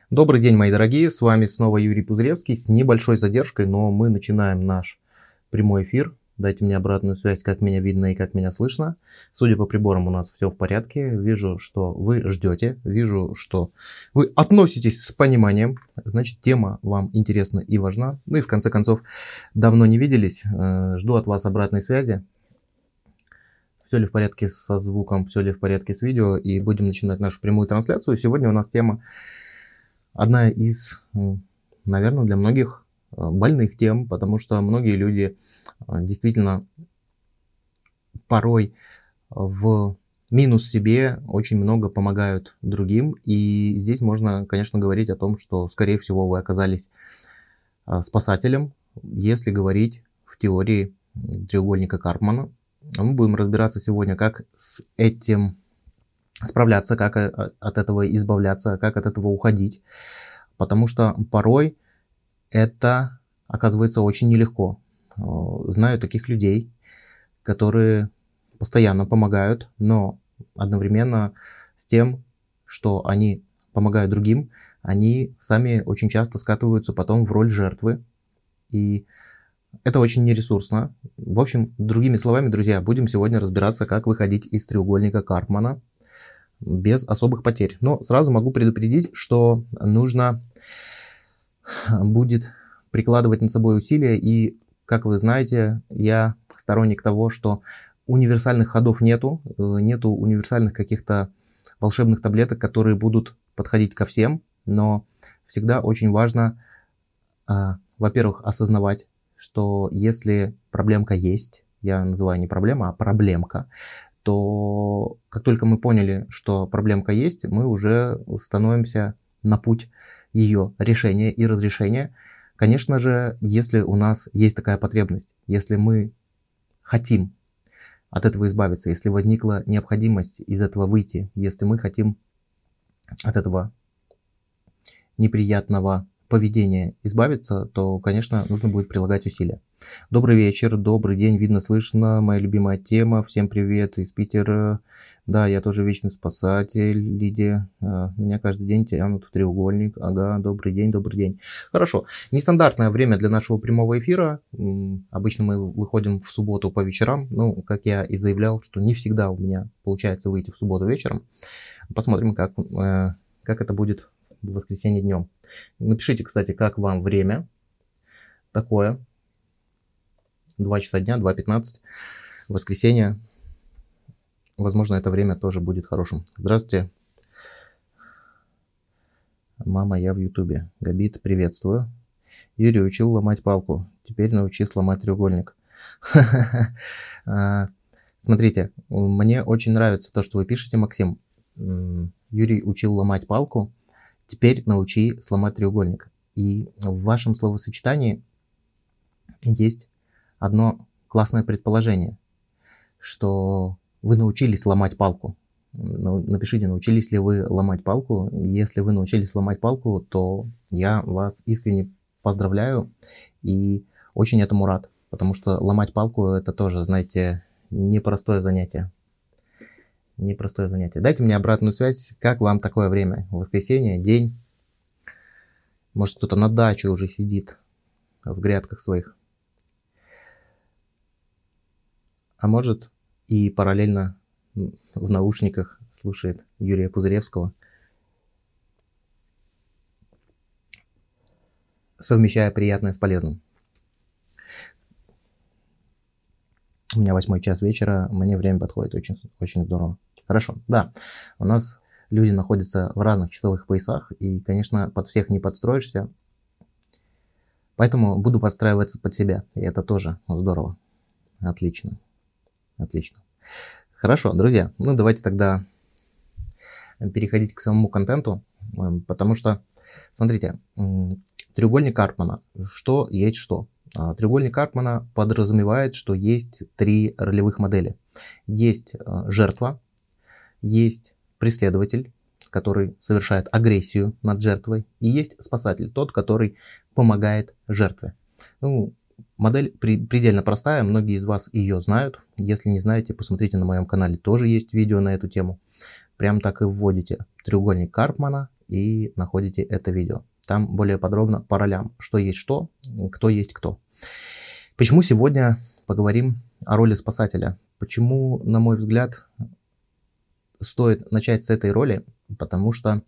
Добрый день, мои дорогие, с вами снова Юрий Пузыревский с небольшой задержкой, но мы начинаем наш прямой эфир. Дайте мне обратную связь, как меня видно и как меня слышно. Судя по приборам, у нас все в порядке. Вижу, что вы ждете, вижу, что вы относитесь с пониманием. Значит, тема вам интересна и важна. Ну и в конце концов, давно не виделись. Жду от вас обратной связи. Все ли в порядке со звуком, все ли в порядке с видео. И будем начинать нашу прямую трансляцию. Сегодня у нас тема одна из, наверное, для многих больных тем, потому что многие люди действительно порой в минус себе очень много помогают другим. И здесь можно, конечно, говорить о том, что, скорее всего, вы оказались спасателем, если говорить в теории треугольника Карпмана. Мы будем разбираться сегодня, как с этим справляться, как от этого избавляться, как от этого уходить. Потому что порой это оказывается очень нелегко. Знаю таких людей, которые постоянно помогают, но одновременно с тем, что они помогают другим, они сами очень часто скатываются потом в роль жертвы. И это очень нересурсно. В общем, другими словами, друзья, будем сегодня разбираться, как выходить из треугольника Карпмана без особых потерь. Но сразу могу предупредить, что нужно будет прикладывать над собой усилия. И, как вы знаете, я сторонник того, что универсальных ходов нету. Нету универсальных каких-то волшебных таблеток, которые будут подходить ко всем. Но всегда очень важно, во-первых, осознавать, что если проблемка есть, я называю не проблема, а проблемка, то как только мы поняли, что проблемка есть, мы уже становимся на путь ее решения и разрешения. Конечно же, если у нас есть такая потребность, если мы хотим от этого избавиться, если возникла необходимость из этого выйти, если мы хотим от этого неприятного поведения избавиться, то, конечно, нужно будет прилагать усилия. Добрый вечер, добрый день, видно, слышно, моя любимая тема. Всем привет из Питера. Да, я тоже вечный спасатель, Лидия. Меня каждый день тянут в треугольник. Ага, добрый день, добрый день. Хорошо. Нестандартное время для нашего прямого эфира. Обычно мы выходим в субботу по вечерам. Ну, как я и заявлял, что не всегда у меня получается выйти в субботу вечером. Посмотрим, как это будет в воскресенье днем. Напишите, кстати, как вам время такое. 2 часа дня, 2:15. Воскресенье. Возможно, это время тоже будет хорошим. Здравствуйте. Мама, я в Ютубе. Габит, приветствую. Юрий учил ломать палку. Теперь научи сломать треугольник. Смотрите, мне очень нравится то, что вы пишете, Максим. Юрий учил ломать палку. Теперь научи сломать треугольник. И в вашем словосочетании есть одно классное предположение, что вы научились ломать палку. Напишите, научились ли вы ломать палку. Если вы научились ломать палку, то я вас искренне поздравляю и очень этому рад. Потому что ломать палку это тоже, знаете, непростое занятие. Непростое занятие. Дайте мне обратную связь, как вам такое время? Воскресенье, день. Может, кто-то на даче уже сидит в грядках своих. А может, и параллельно в наушниках слушает Юрия Пузыревского, совмещая приятное с полезным. У меня 8 час вечера, мне время подходит очень, очень здорово. Хорошо, да, у нас люди находятся в разных часовых поясах, и, конечно, под всех не подстроишься, поэтому буду подстраиваться под себя, и это тоже здорово. Отлично, отлично. Хорошо, друзья, ну давайте тогда переходить к самому контенту, потому что, смотрите, треугольник Карпмана, что есть что? Треугольник Карпмана подразумевает, что есть 3 ролевых модели. Есть жертва, есть преследователь, который совершает агрессию над жертвой, и есть спасатель, тот, который помогает жертве. Ну, модель предельно простая, многие из вас ее знают. Если не знаете, посмотрите на моем канале, тоже есть видео на эту тему. Прям так и вводите треугольник Карпмана, и находите это видео. Там более подробно по ролям, что есть что, кто есть кто. Почему сегодня поговорим о роли спасателя? Почему, на мой взгляд, стоит начать с этой роли? Потому что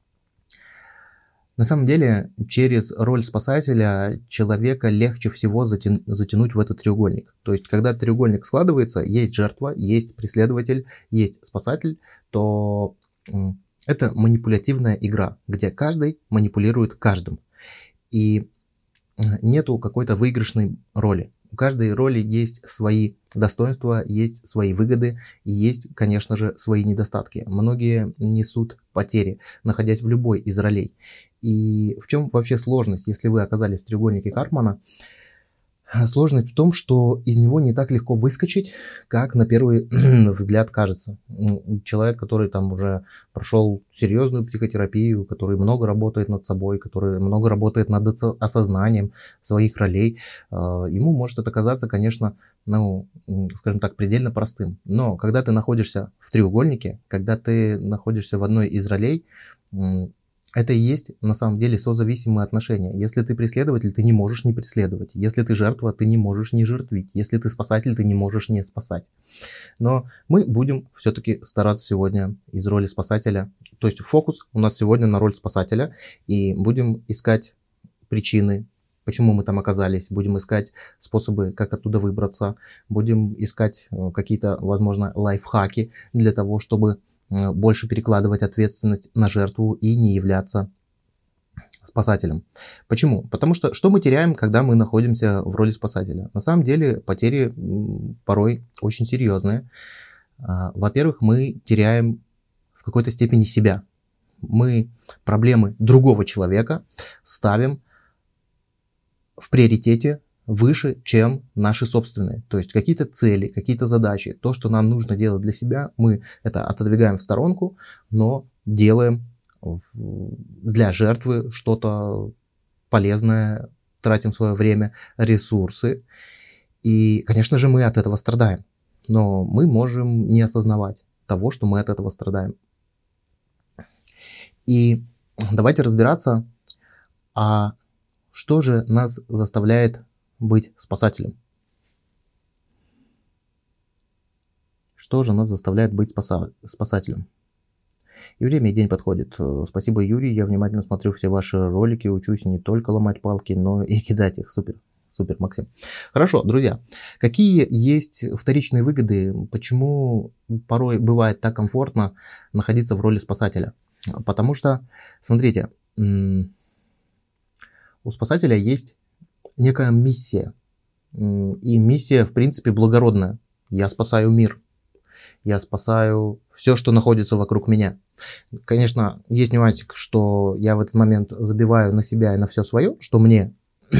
на самом деле через роль спасателя человека легче всего затянуть в этот треугольник. То есть, когда треугольник складывается, есть жертва, есть преследователь, есть спасатель, то это манипулятивная игра, где каждый манипулирует каждым. И нету какой-то выигрышной роли. У каждой роли есть свои достоинства, есть свои выгоды и есть, конечно же, свои недостатки. Многие несут потери, находясь в любой из ролей. И в чем вообще сложность, если вы оказались в треугольнике Карпмана? Сложность в том, что из него не так легко выскочить, как на первый взгляд кажется. Человек, который там уже прошел серьезную психотерапию, который много работает над собой, который много работает над осознанием своих ролей, ему может это казаться, конечно, скажем так, предельно простым. Но когда ты находишься в треугольнике, когда ты находишься в одной из ролей, это и есть на самом деле созависимые отношения. Если ты преследователь, ты не можешь не преследовать. Если ты жертва, ты не можешь не жертвить. Если ты спасатель, ты не можешь не спасать. Но мы будем все-таки стараться сегодня из роли спасателя. То есть фокус у нас сегодня на роль спасателя. И будем искать причины, почему мы там оказались. Будем искать способы, как оттуда выбраться. Будем искать какие-то, возможно, лайфхаки для того, чтобы больше перекладывать ответственность на жертву и не являться спасателем. Почему? Потому что мы теряем, когда мы находимся в роли спасателя? На самом деле потери порой очень серьезные. Во-первых, мы теряем в какой-то степени себя. Мы проблемы другого человека ставим в приоритете выше, чем наши собственные. То есть какие-то цели, какие-то задачи, то, что нам нужно делать для себя, мы это отодвигаем в сторонку, но делаем для жертвы что-то полезное, тратим свое время, ресурсы. И, конечно же, мы от этого страдаем. Но мы можем не осознавать того, что мы от этого страдаем. И давайте разбираться, а что же нас заставляет быть спасателем? Что же нас заставляет быть спасателем? И время, и день подходит. Спасибо, Юрий. Я внимательно смотрю все ваши ролики, учусь не только ломать палки, но и кидать их. Супер. Супер, Максим. Хорошо, друзья. Какие есть вторичные выгоды? Почему порой бывает так комфортно находиться в роли спасателя? Потому что, смотрите, у спасателя есть некая миссия. И миссия, в принципе, благородная. Я спасаю мир. Я спасаю все, что находится вокруг меня. Конечно, есть нюансик, что я в этот момент забиваю на себя и на все свое, что мне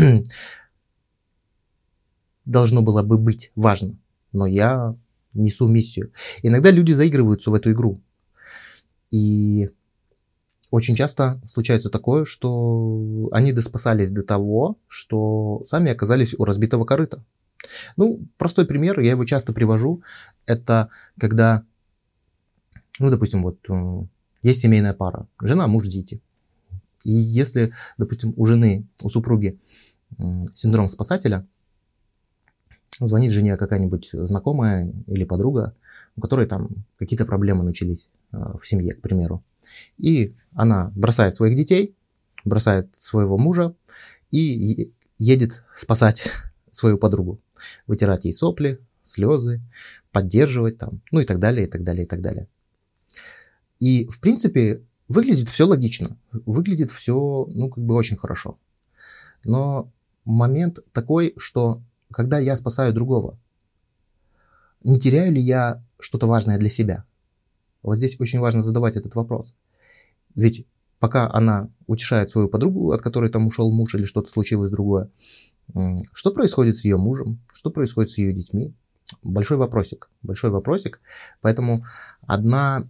должно было бы быть важно. Но я несу миссию. Иногда люди заигрываются в эту игру. И очень часто случается такое, что они доспасались до того, что сами оказались у разбитого корыта. Простой пример, я его часто привожу, это когда, допустим, есть семейная пара, жена, муж, дети. И если, допустим, у супруги синдром спасателя, звонит жене какая-нибудь знакомая или подруга, у которой там какие-то проблемы начались в семье, к примеру. И она бросает своих детей, бросает своего мужа и едет спасать свою подругу. Вытирать ей сопли, слезы, поддерживать там, и так далее, и так далее, и так далее. И, в принципе, выглядит все логично. Выглядит все, очень хорошо. Но момент такой, что когда я спасаю другого, не теряю ли я что-то важное для себя? Вот здесь очень важно задавать этот вопрос. Ведь пока она утешает свою подругу, от которой там ушел муж или что-то случилось другое, что происходит с ее мужем, что происходит с ее детьми? Большой вопросик. Поэтому один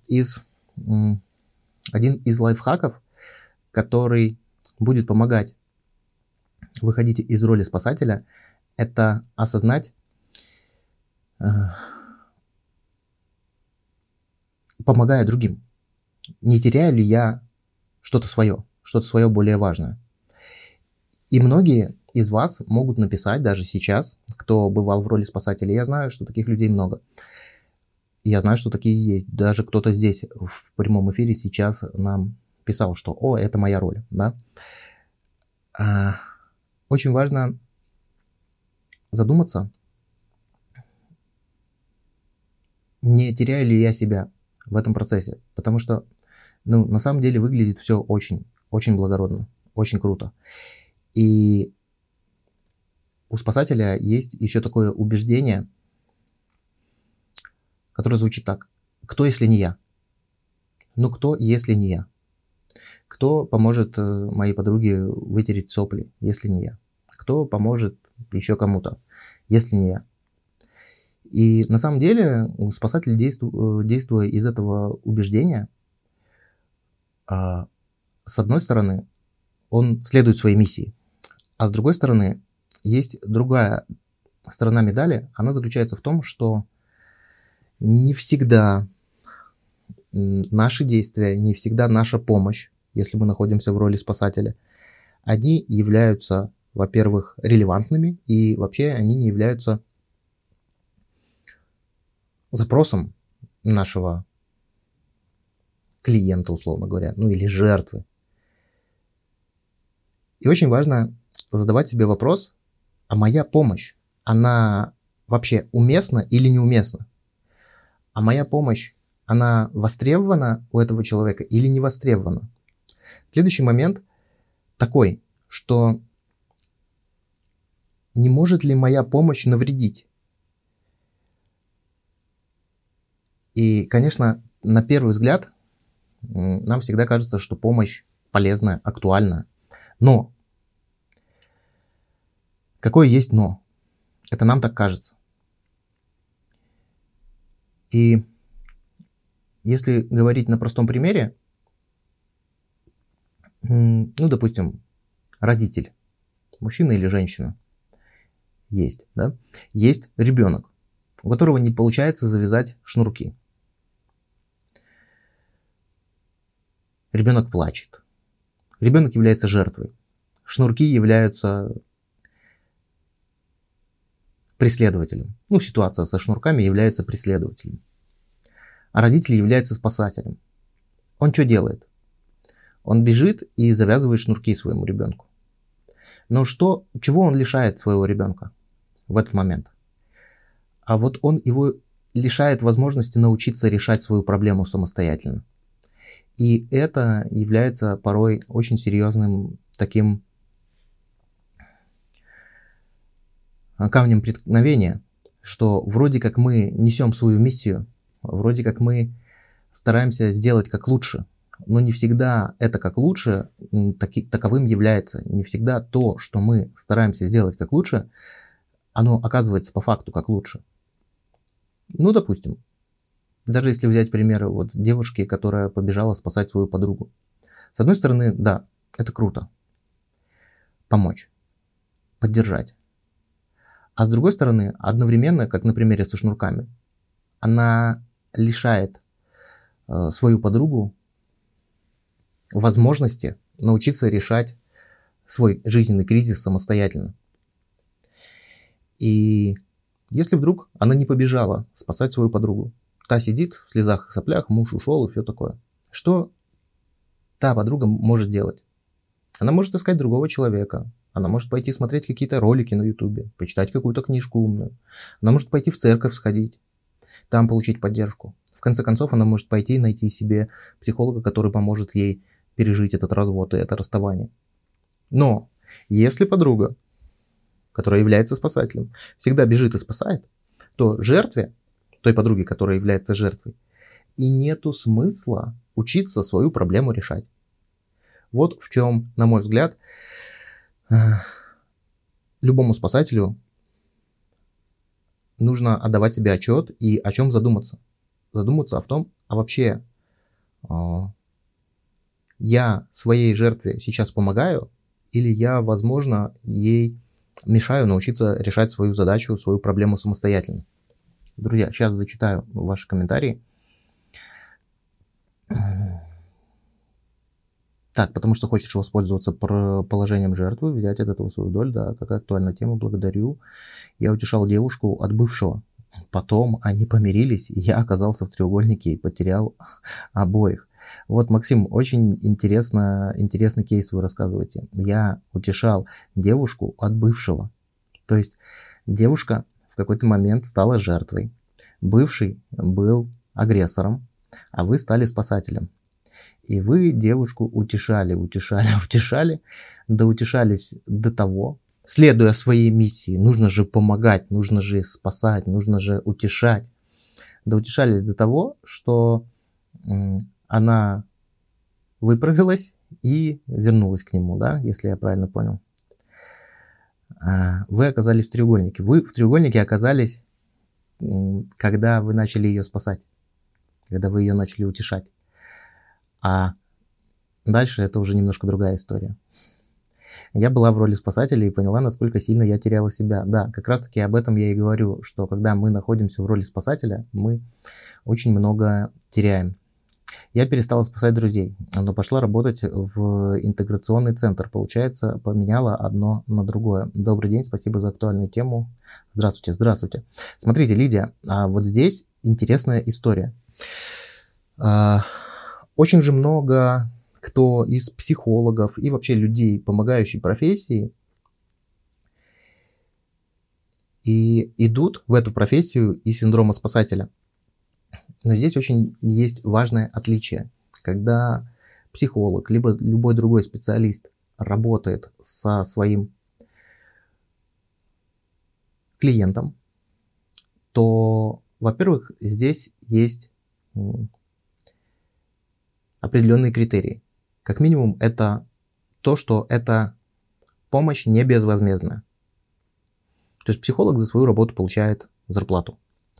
из лайфхаков, который будет помогать выходить из роли спасателя, это осознать, помогая другим, не теряю ли я что-то свое более важное. И многие из вас могут написать даже сейчас, кто бывал в роли спасателя. Я знаю, что таких людей много. Я знаю, что такие есть. Даже кто-то здесь в прямом эфире сейчас нам писал, что «О, это моя роль». Да? Очень важно задуматься, не теряю ли я себя в этом процессе. Потому что на самом деле выглядит все очень, очень благородно, очень круто. И у спасателя есть еще такое убеждение, которое звучит так. Кто, если не я? Ну, кто, если не я? Кто поможет моей подруге вытереть сопли, если не я? Кто поможет еще кому-то, если не я? И на самом деле спасатель, действуя из этого убеждения, с одной стороны, он следует своей миссии, а с другой стороны, есть другая сторона медали. Она заключается в том, что не всегда наши действия, не всегда наша помощь, если мы находимся в роли спасателя, они являются, во-первых, релевантными, и вообще они не являются запросом нашего клиента, условно говоря, ну или жертвы. И очень важно задавать себе вопрос, а моя помощь, она вообще уместна или неуместна? А моя помощь, она востребована у этого человека или не востребована? Следующий момент такой, что не может ли моя помощь навредить? И, конечно, на первый взгляд нам всегда кажется, что помощь полезная, актуальна. Но какое есть но? Это нам так кажется. И если говорить на простом примере, ну, допустим, родитель, мужчина или женщина, есть, да? Есть ребенок, у которого не получается завязать шнурки. Ребенок плачет. Ребенок является жертвой. Шнурки являются преследователем. Ну, ситуация со шнурками является преследователем. А родитель является спасателем. Он что делает? Он бежит и завязывает шнурки своему ребенку. Но чего он лишает своего ребенка в этот момент? А вот он его лишает возможности научиться решать свою проблему самостоятельно. И это является порой очень серьезным таким камнем преткновения, что вроде как мы несем свою миссию, вроде как мы стараемся сделать как лучше, но не всегда это как лучше таковым является. Не всегда то, что мы стараемся сделать как лучше, оно оказывается по факту как лучше. Ну, допустим, даже если взять пример вот девушки, которая побежала спасать свою подругу. С одной стороны, да, это круто. Помочь, поддержать. А с другой стороны, одновременно, как на примере со шнурками, она лишает свою подругу возможности научиться решать свой жизненный кризис самостоятельно. И если вдруг она не побежала спасать свою подругу, та сидит в слезах и соплях, муж ушел и все такое, что та подруга может делать? Она может искать другого человека, она может пойти смотреть какие-то ролики на ютубе, почитать какую-то книжку умную, она может пойти в церковь сходить, там получить поддержку. В конце концов, она может пойти и найти себе психолога, который поможет ей пережить этот развод и это расставание. Но если подруга, которая является спасателем, всегда бежит и спасает, то жертве, той подруге, которая является жертвой, и нету смысла учиться свою проблему решать. Вот в чем, на мой взгляд, любому спасателю нужно отдавать себе отчет и о чем задуматься. Задуматься о том, а вообще я своей жертве сейчас помогаю, или я, возможно, ей мешаю научиться решать свою задачу, свою проблему самостоятельно. Друзья, сейчас зачитаю ваши комментарии. Так, потому что хочешь воспользоваться положением жертвы, взять от этого свою долю, да, какая актуальная тема, благодарю. Я утешал девушку от бывшего. Потом они помирились, и я оказался в треугольнике и потерял обоих. Вот, Максим, очень интересный кейс вы рассказываете. Я утешал девушку от бывшего. То есть девушка в какой-то момент стала жертвой. Бывший был агрессором, а вы стали спасателем. И вы девушку утешали, доутешались до того, следуя своей миссии. Нужно же помогать, нужно же спасать, нужно же утешать. Доутешались до того, что она выправилась и вернулась к нему, да, если я правильно понял. Вы оказались в треугольнике. Вы в треугольнике оказались, когда вы начали ее спасать, когда вы ее начали утешать. А дальше это уже немножко другая история. Я была в роли спасателя и поняла, насколько сильно я теряла себя. Да, как раз таки об этом я и говорю, что когда мы находимся в роли спасателя, мы очень много теряем. Я перестала спасать друзей, но пошла работать в интеграционный центр. Получается, поменяла одно на другое. Добрый день, спасибо за актуальную тему. Здравствуйте, здравствуйте. Смотрите, Лидия, вот здесь интересная история. Очень же много кто из психологов и вообще людей, помогающей профессии, и идут в эту профессию из синдрома спасателя. Но здесь очень есть важное отличие. Когда психолог, либо любой другой специалист работает со своим клиентом, то, во-первых, здесь есть определенные критерии. Как минимум, это то, что эта помощь не безвозмездная. То есть психолог за свою работу получает зарплату.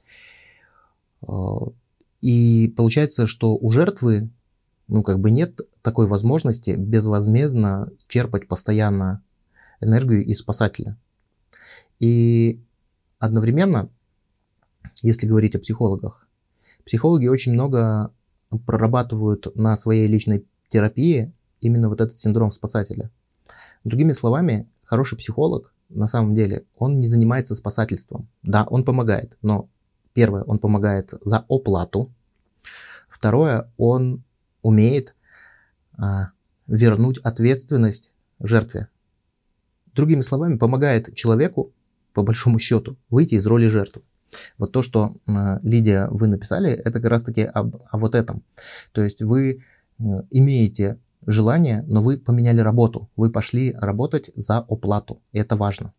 И получается, что у жертвы, нет такой возможности безвозмездно черпать постоянно энергию из спасателя. И одновременно, если говорить о психологах, психологи очень много прорабатывают на своей личной терапии именно вот этот синдром спасателя. Другими словами, хороший психолог, на самом деле, он не занимается спасательством. Да, он помогает, но первое, он помогает за оплату. Второе, он умеет вернуть ответственность жертве. Другими словами, помогает человеку, по большому счету, выйти из роли жертвы. Вот то, что, Лидия, вы написали, это как раз-таки о вот этом. То есть вы имеете желание, но вы поменяли работу. Вы пошли работать за оплату. И это важно.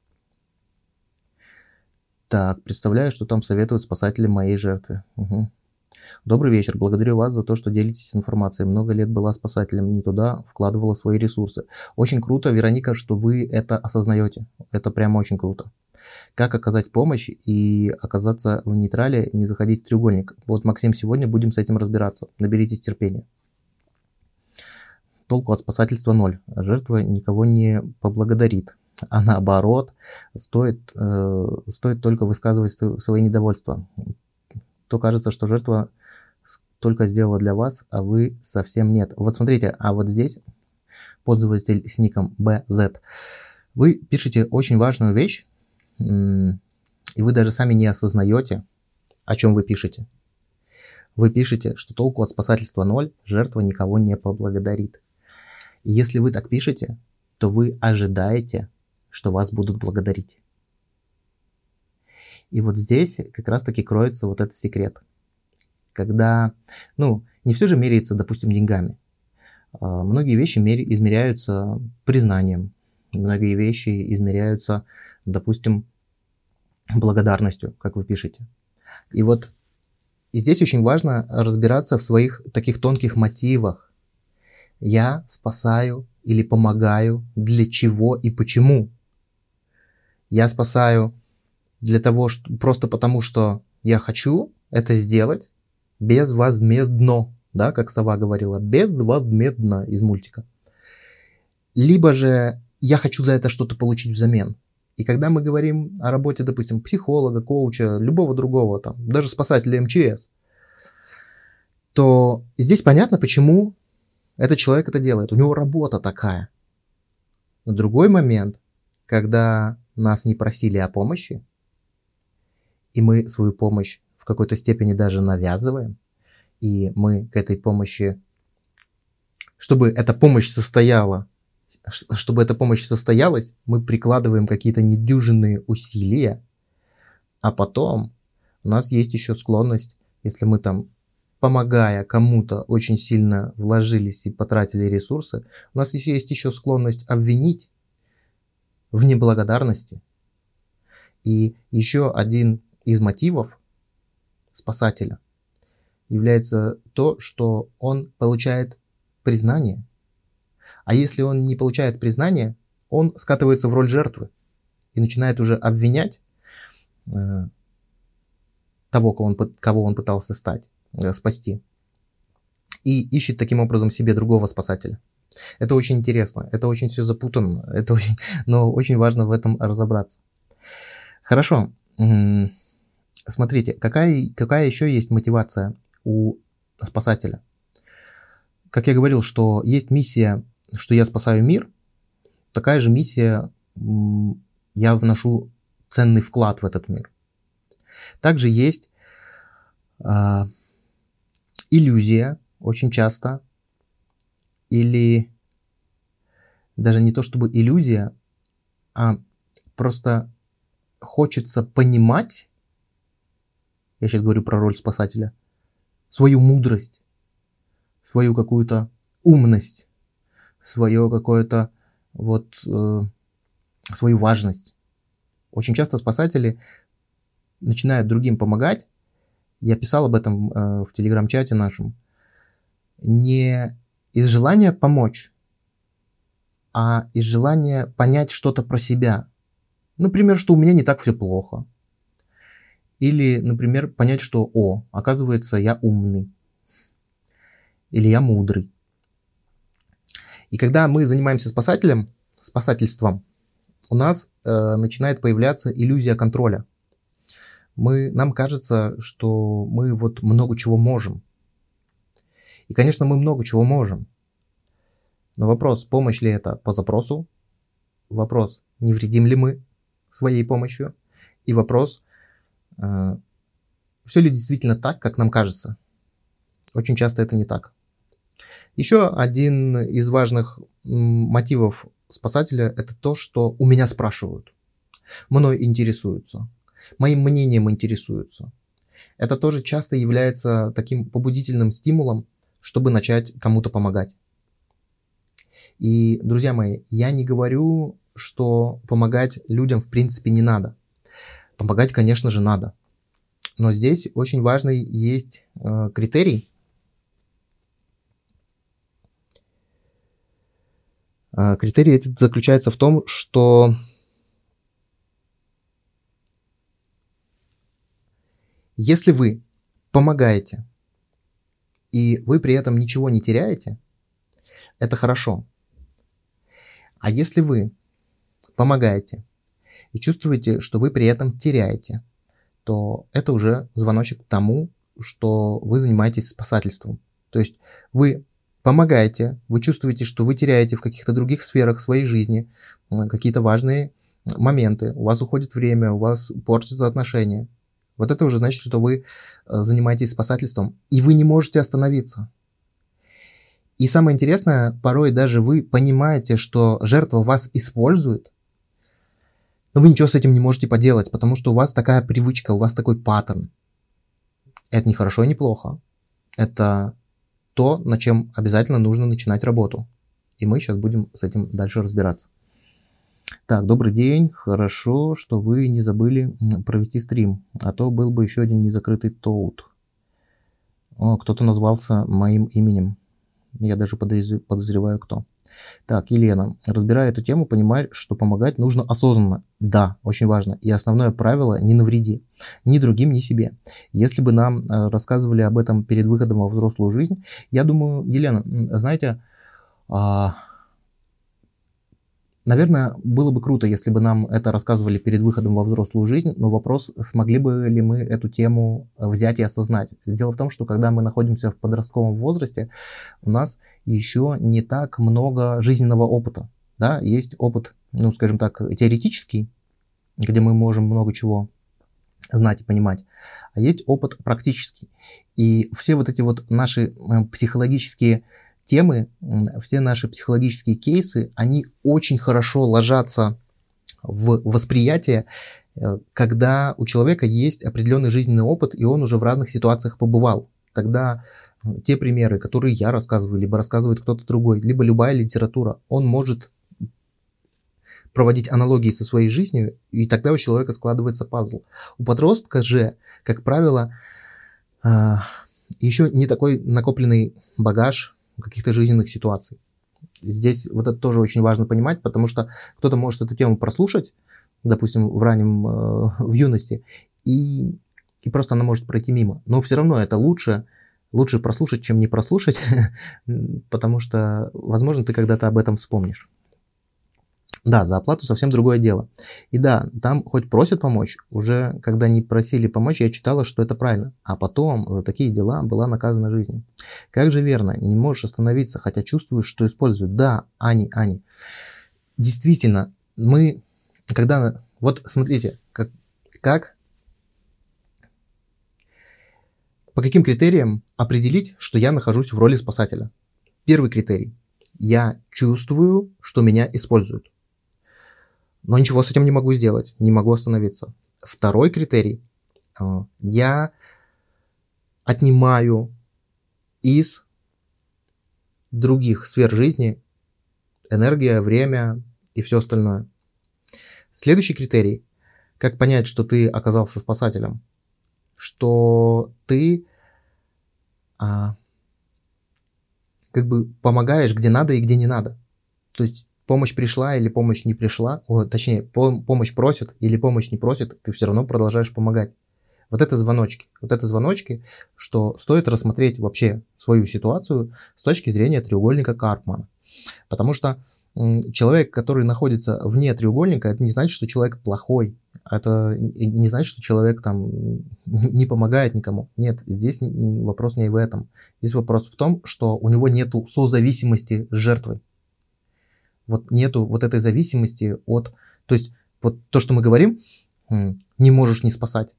Так, представляю, что там советуют спасатели моей жертвы. Угу. Добрый вечер. Благодарю вас за то, что делитесь информацией. Много лет была спасателем, не туда вкладывала свои ресурсы. Очень круто, Вероника, что вы это осознаете. Это прямо очень круто. Как оказать помощь и оказаться в нейтрале, не заходить в треугольник? Вот, Максим, сегодня будем с этим разбираться. Наберитесь терпения. Толку от спасательства ноль. Жертва никого не поблагодарит. А наоборот, стоит только высказывать свои недовольства. То кажется, что жертва только сделала для вас, а вы совсем нет. Вот смотрите, а вот здесь пользователь с ником BZ. Вы пишете очень важную вещь, и вы даже сами не осознаете, о чем вы пишете. Вы пишете, что толку от спасательства ноль, жертва никого не поблагодарит. И если вы так пишете, то вы ожидаете, что вас будут благодарить. И вот здесь как раз-таки кроется вот этот секрет. Когда, не все же меряется, допустим, деньгами. Многие вещи измеряются признанием. Многие вещи измеряются, допустим, благодарностью, как вы пишете. И здесь очень важно разбираться в своих таких тонких мотивах. Я спасаю или помогаю для чего и почему. Я спасаю для того, просто потому, что я хочу это сделать безвозмездно, да, как сова говорила, безвозмездно из мультика. Либо же я хочу за это что-то получить взамен. И когда мы говорим о работе, допустим, психолога, коуча, любого другого, даже спасателя МЧС, то здесь понятно, почему Этот человек это делает, у него работа такая. Но другой момент, когда нас не просили о помощи, и мы свою помощь в какой-то степени даже навязываем, и мы к этой помощи, чтобы эта помощь состоялась, мы прикладываем какие-то недюжинные усилия, а потом у нас есть еще склонность, если мы там, помогая кому-то, очень сильно вложились и потратили ресурсы, у нас есть еще склонность обвинить в неблагодарности. И еще один из мотивов спасателя является то, что он получает признание. А если он не получает признания, он скатывается в роль жертвы и начинает уже обвинять того, кого он пытался спасти. И ищет таким образом себе другого спасателя. Это очень интересно, это очень все запутанно, но очень важно в этом разобраться. Хорошо. Смотрите, какая еще есть мотивация у спасателя? Как я говорил, что есть миссия, что я спасаю мир, такая же миссия, я вношу ценный вклад в этот мир. Также есть иллюзия очень часто, или даже не то чтобы иллюзия, а просто хочется понимать, я сейчас говорю про роль спасателя, свою мудрость, свою какую-то умность, свое какое-то свою важность. Очень часто спасатели начинают другим помогать. Я писал об этом в телеграм-чате нашем. Не из желания помочь, а из желания понять что-то про себя. Например, что у меня не так все плохо. Или, например, понять, что, оказывается, я умный. Или я мудрый. И когда мы занимаемся спасательством, у нас начинает появляться иллюзия контроля. Нам кажется, что мы много чего можем. И, конечно, мы много чего можем. Но вопрос, помощь ли это по запросу? Вопрос, не вредим ли мы своей помощью? И вопрос, все ли действительно так, как нам кажется? Очень часто это не так. Еще один из важных мотивов спасателя – это то, что у меня спрашивают. Мной интересуются. Моим мнением интересуются. Это тоже часто является таким побудительным стимулом, чтобы начать кому-то помогать. И, друзья мои, я не говорю, что помогать людям в принципе не надо. Помогать, конечно же, надо. Но здесь очень важный есть критерий. Критерий этот заключается в том, что если вы помогаете, и вы при этом ничего не теряете, это хорошо. А если вы помогаете и чувствуете, что вы при этом теряете, то это уже звоночек к тому, что вы занимаетесь спасательством. То есть вы помогаете, вы чувствуете, что вы теряете в каких-то других сферах своей жизни какие-то важные моменты, у вас уходит время, у вас портятся отношения. Вот это уже значит, что вы занимаетесь спасательством, и вы не можете остановиться. И самое интересное, порой даже вы понимаете, что жертва вас использует, но вы ничего с этим не можете поделать, потому что у вас такая привычка, у вас такой паттерн. Это не хорошо и не плохо. Это то, над чем обязательно нужно начинать работу. И мы сейчас будем с этим дальше разбираться. Так, добрый день. Хорошо, что вы не забыли провести стрим, а то был бы еще один незакрытый тоут. Кто-то назвался моим именем. Я даже подозреваю, кто. Так, Елена. Разбирая эту тему, понимаю, что помогать нужно осознанно. Да, очень важно. И основное правило – не навреди. Ни другим, ни себе. Если бы нам рассказывали об этом перед выходом во взрослую жизнь, я думаю, Елена, знаете, Наверное, было бы круто, если бы нам это рассказывали перед выходом во взрослую жизнь, но вопрос, смогли бы ли мы эту тему взять и осознать. Дело в том, что когда мы находимся в подростковом возрасте, у нас еще не так много жизненного опыта. Да? Есть опыт, ну, скажем так, теоретический, где мы можем много чего знать и понимать, а есть опыт практический. И все вот эти вот наши психологические темы, все наши психологические кейсы, они очень хорошо ложатся в восприятие, когда у человека есть определенный жизненный опыт, и он уже в разных ситуациях побывал. Тогда те примеры, которые я рассказываю, либо рассказывает кто-то другой, либо любая литература, он может проводить аналогии со своей жизнью, и тогда у человека складывается пазл. У подростка же, как правило, еще не такой накопленный багаж каких-то жизненных ситуаций. Здесь вот это тоже очень важно понимать, потому что кто-то может эту тему прослушать, допустим, в юности, и просто она может пройти мимо. Но все равно это лучше прослушать, чем не прослушать, потому что, возможно, ты когда-то об этом вспомнишь. Да, за оплату совсем другое дело. И да, там хоть просят помочь, уже когда не просили помочь, я читала, что это правильно. А потом за такие дела была наказана жизнью. Как же верно, не можешь остановиться, хотя чувствуешь, что используют. Да, Ани. Действительно, вот смотрите, по каким критериям определить, что я нахожусь в роли спасателя? Первый критерий. Я чувствую, что меня используют. Но ничего с этим не могу сделать, не могу остановиться. Второй критерий. Я отнимаю из других сфер жизни энергия, время и все остальное. Следующий критерий. Как понять, что ты оказался спасателем? Что ты как бы помогаешь, где надо и где не надо. То есть помощь пришла или помощь не пришла, точнее, помощь просит или помощь не просит, ты все равно продолжаешь помогать. Вот это звоночки, что стоит рассмотреть вообще свою ситуацию с точки зрения треугольника Карпмана. Потому что человек, который находится вне треугольника, это не значит, что человек плохой. Это не значит, что человек там не помогает никому. Нет, здесь вопрос не в этом. Здесь вопрос в том, что у него нету созависимости с жертвой. Вот нету вот этой зависимости от... То есть вот то, что мы говорим, не можешь не спасать.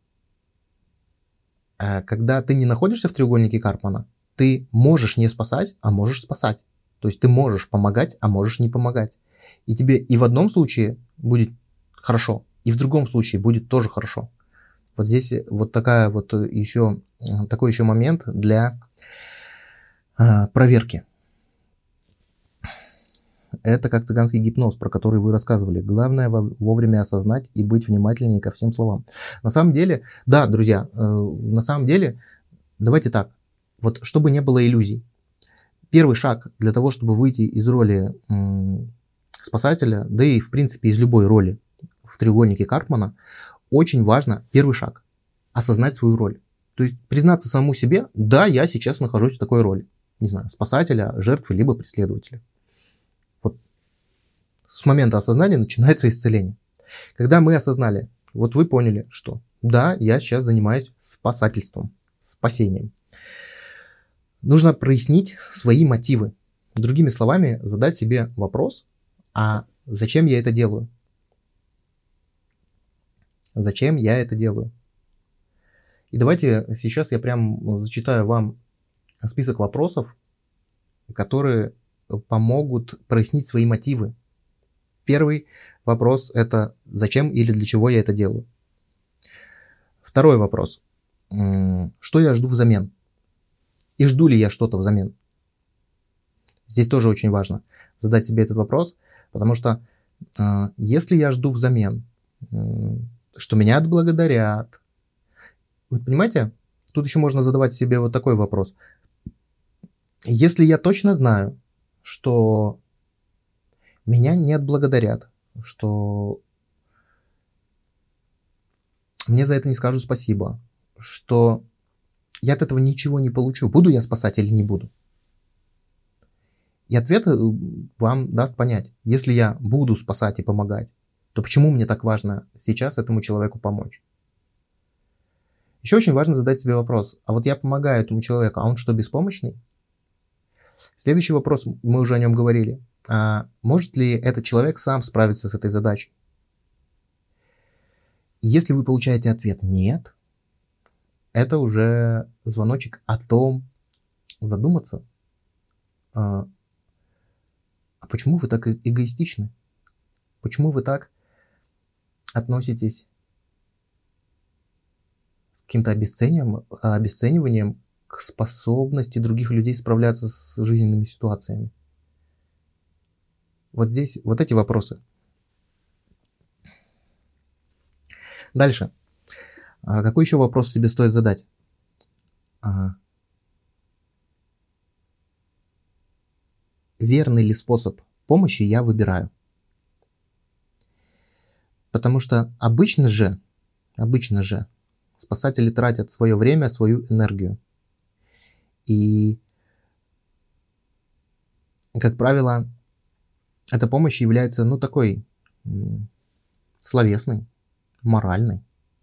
А когда ты не находишься в треугольнике Карпмана, ты можешь не спасать, а можешь спасать. То есть ты можешь помогать, а можешь не помогать. И тебе и в одном случае будет хорошо, и в другом случае будет тоже хорошо. Вот здесь вот такой еще момент для проверки. Это как цыганский гипноз, про который вы рассказывали. Главное вовремя осознать и быть внимательнее ко всем словам. На самом деле, да, друзья, давайте так. Вот чтобы не было иллюзий. Первый шаг для того, чтобы выйти из роли спасателя, да и в принципе из любой роли в треугольнике Карпмана, очень важно, первый шаг, осознать свою роль. То есть признаться самому себе, да, я сейчас нахожусь в такой роли. Не знаю, спасателя, жертвы, либо преследователя. Вот с момента осознания начинается исцеление. Когда мы осознали, вот вы поняли, что да, я сейчас занимаюсь спасательством, спасением. Нужно прояснить свои мотивы. Другими словами, задать себе вопрос, а зачем я это делаю? Зачем я это делаю? И давайте сейчас я прям зачитаю вам список вопросов, которые помогут прояснить свои мотивы. Первый вопрос – это зачем или для чего я это делаю. Второй вопрос – что я жду взамен? И жду ли я что-то взамен? Здесь тоже очень важно задать себе этот вопрос, потому что если я жду взамен, что меня отблагодарят, вы понимаете, тут еще можно задавать себе вот такой вопрос. Если я точно знаю, что меня не отблагодарят, что мне за это не скажут спасибо, что я от этого ничего не получу, буду я спасать или не буду? И ответ вам даст понять, если я буду спасать и помогать, то почему мне так важно сейчас этому человеку помочь? Еще очень важно задать себе вопрос, а вот я помогаю этому человеку, а он что, беспомощный? Следующий вопрос, мы уже о нем говорили. А может ли этот человек сам справиться с этой задачей? Если вы получаете ответ «нет», это уже звоночек о том, задуматься, а почему вы так эгоистичны? Почему вы так относитесь с каким-то обесцениванием к способности других людей справляться с жизненными ситуациями? Вот здесь вот эти вопросы. Дальше. Какой еще вопрос себе стоит задать? Верный ли способ помощи я выбираю? Потому что обычно же спасатели тратят свое время, свою энергию. И, как правило, эта помощь является, такой словесной, моральной.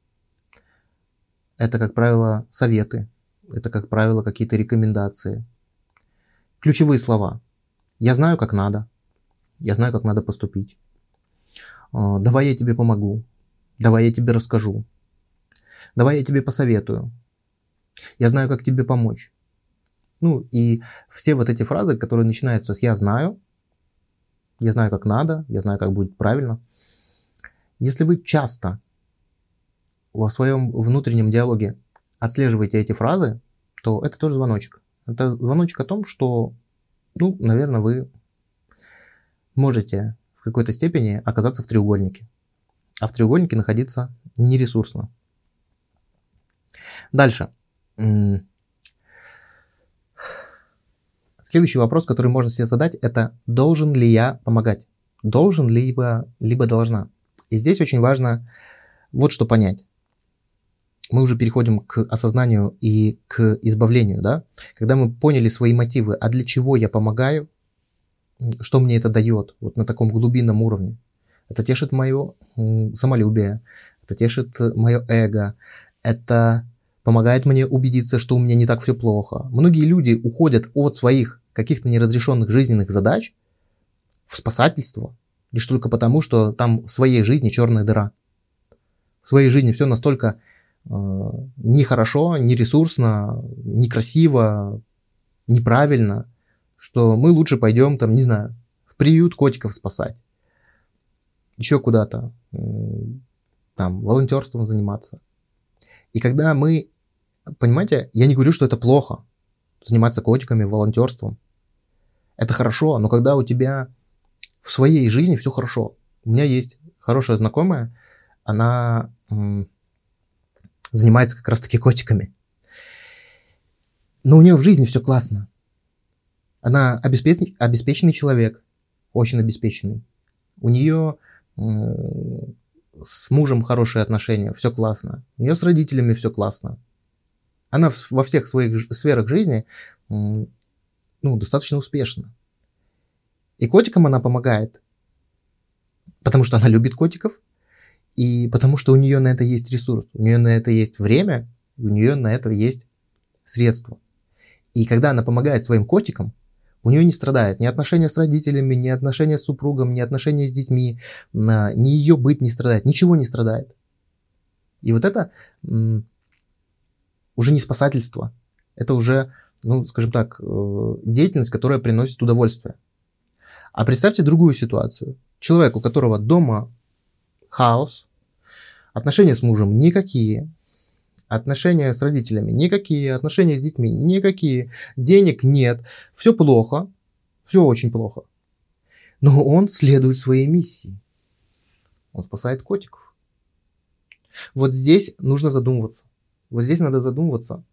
Это, как правило, советы. Это, как правило, какие-то рекомендации. Ключевые слова. Я знаю, как надо. Я знаю, как надо поступить. Давай я тебе помогу. Давай я тебе расскажу. Давай я тебе посоветую. Я знаю, как тебе помочь. И все вот эти фразы, которые начинаются с «я знаю», как надо, я знаю, как будет правильно. Если вы часто во своем внутреннем диалоге отслеживаете эти фразы, то это тоже звоночек. Это звоночек о том, что, наверное, вы можете в какой-то степени оказаться в треугольнике. А в треугольнике находиться нересурсно. Дальше. Следующий вопрос, который можно себе задать, это должен ли я помогать? Должен, либо должна. И здесь очень важно вот что понять. Мы уже переходим к осознанию и к избавлению, да? Когда мы поняли свои мотивы, а для чего я помогаю, что мне это дает, вот на таком глубинном уровне. Это тешит мое самолюбие, это тешит мое эго, это помогает мне убедиться, что у меня не так все плохо. Многие люди уходят от своих каких-то неразрешенных жизненных задач в спасательство, лишь только потому, что там в своей жизни черная дыра. В своей жизни все настолько нехорошо, нересурсно, некрасиво, неправильно, что мы лучше пойдем, в приют котиков спасать. Еще куда-то, волонтерством заниматься. И когда мы, понимаете, я не говорю, что это плохо, заниматься котиками, волонтерством. Это хорошо, но когда у тебя в своей жизни все хорошо. У меня есть хорошая знакомая, она занимается как раз-таки котиками. Но у нее в жизни все классно. Она обеспеченный человек, очень обеспеченный. У нее с мужем хорошие отношения, все классно. У нее с родителями все классно. Она во всех своих сферах жизни достаточно успешна. И котикам она помогает, потому что она любит котиков, и потому что у нее на это есть ресурс, у нее на это есть время, у нее на это есть средства. И когда она помогает своим котикам, у нее не страдает ни отношения с родителями, ни отношения с супругом, ни отношения с детьми, ни ее быт не страдает, ничего не страдает. И вот это уже не спасательство, это уже, деятельность, которая приносит удовольствие. А представьте другую ситуацию. Человек, у которого дома хаос, отношения с мужем никакие, отношения с родителями никакие, отношения с детьми никакие, денег нет, все плохо, все очень плохо. Но он следует своей миссии. Он спасает котиков. Вот здесь нужно задумываться. Вот здесь надо задумываться.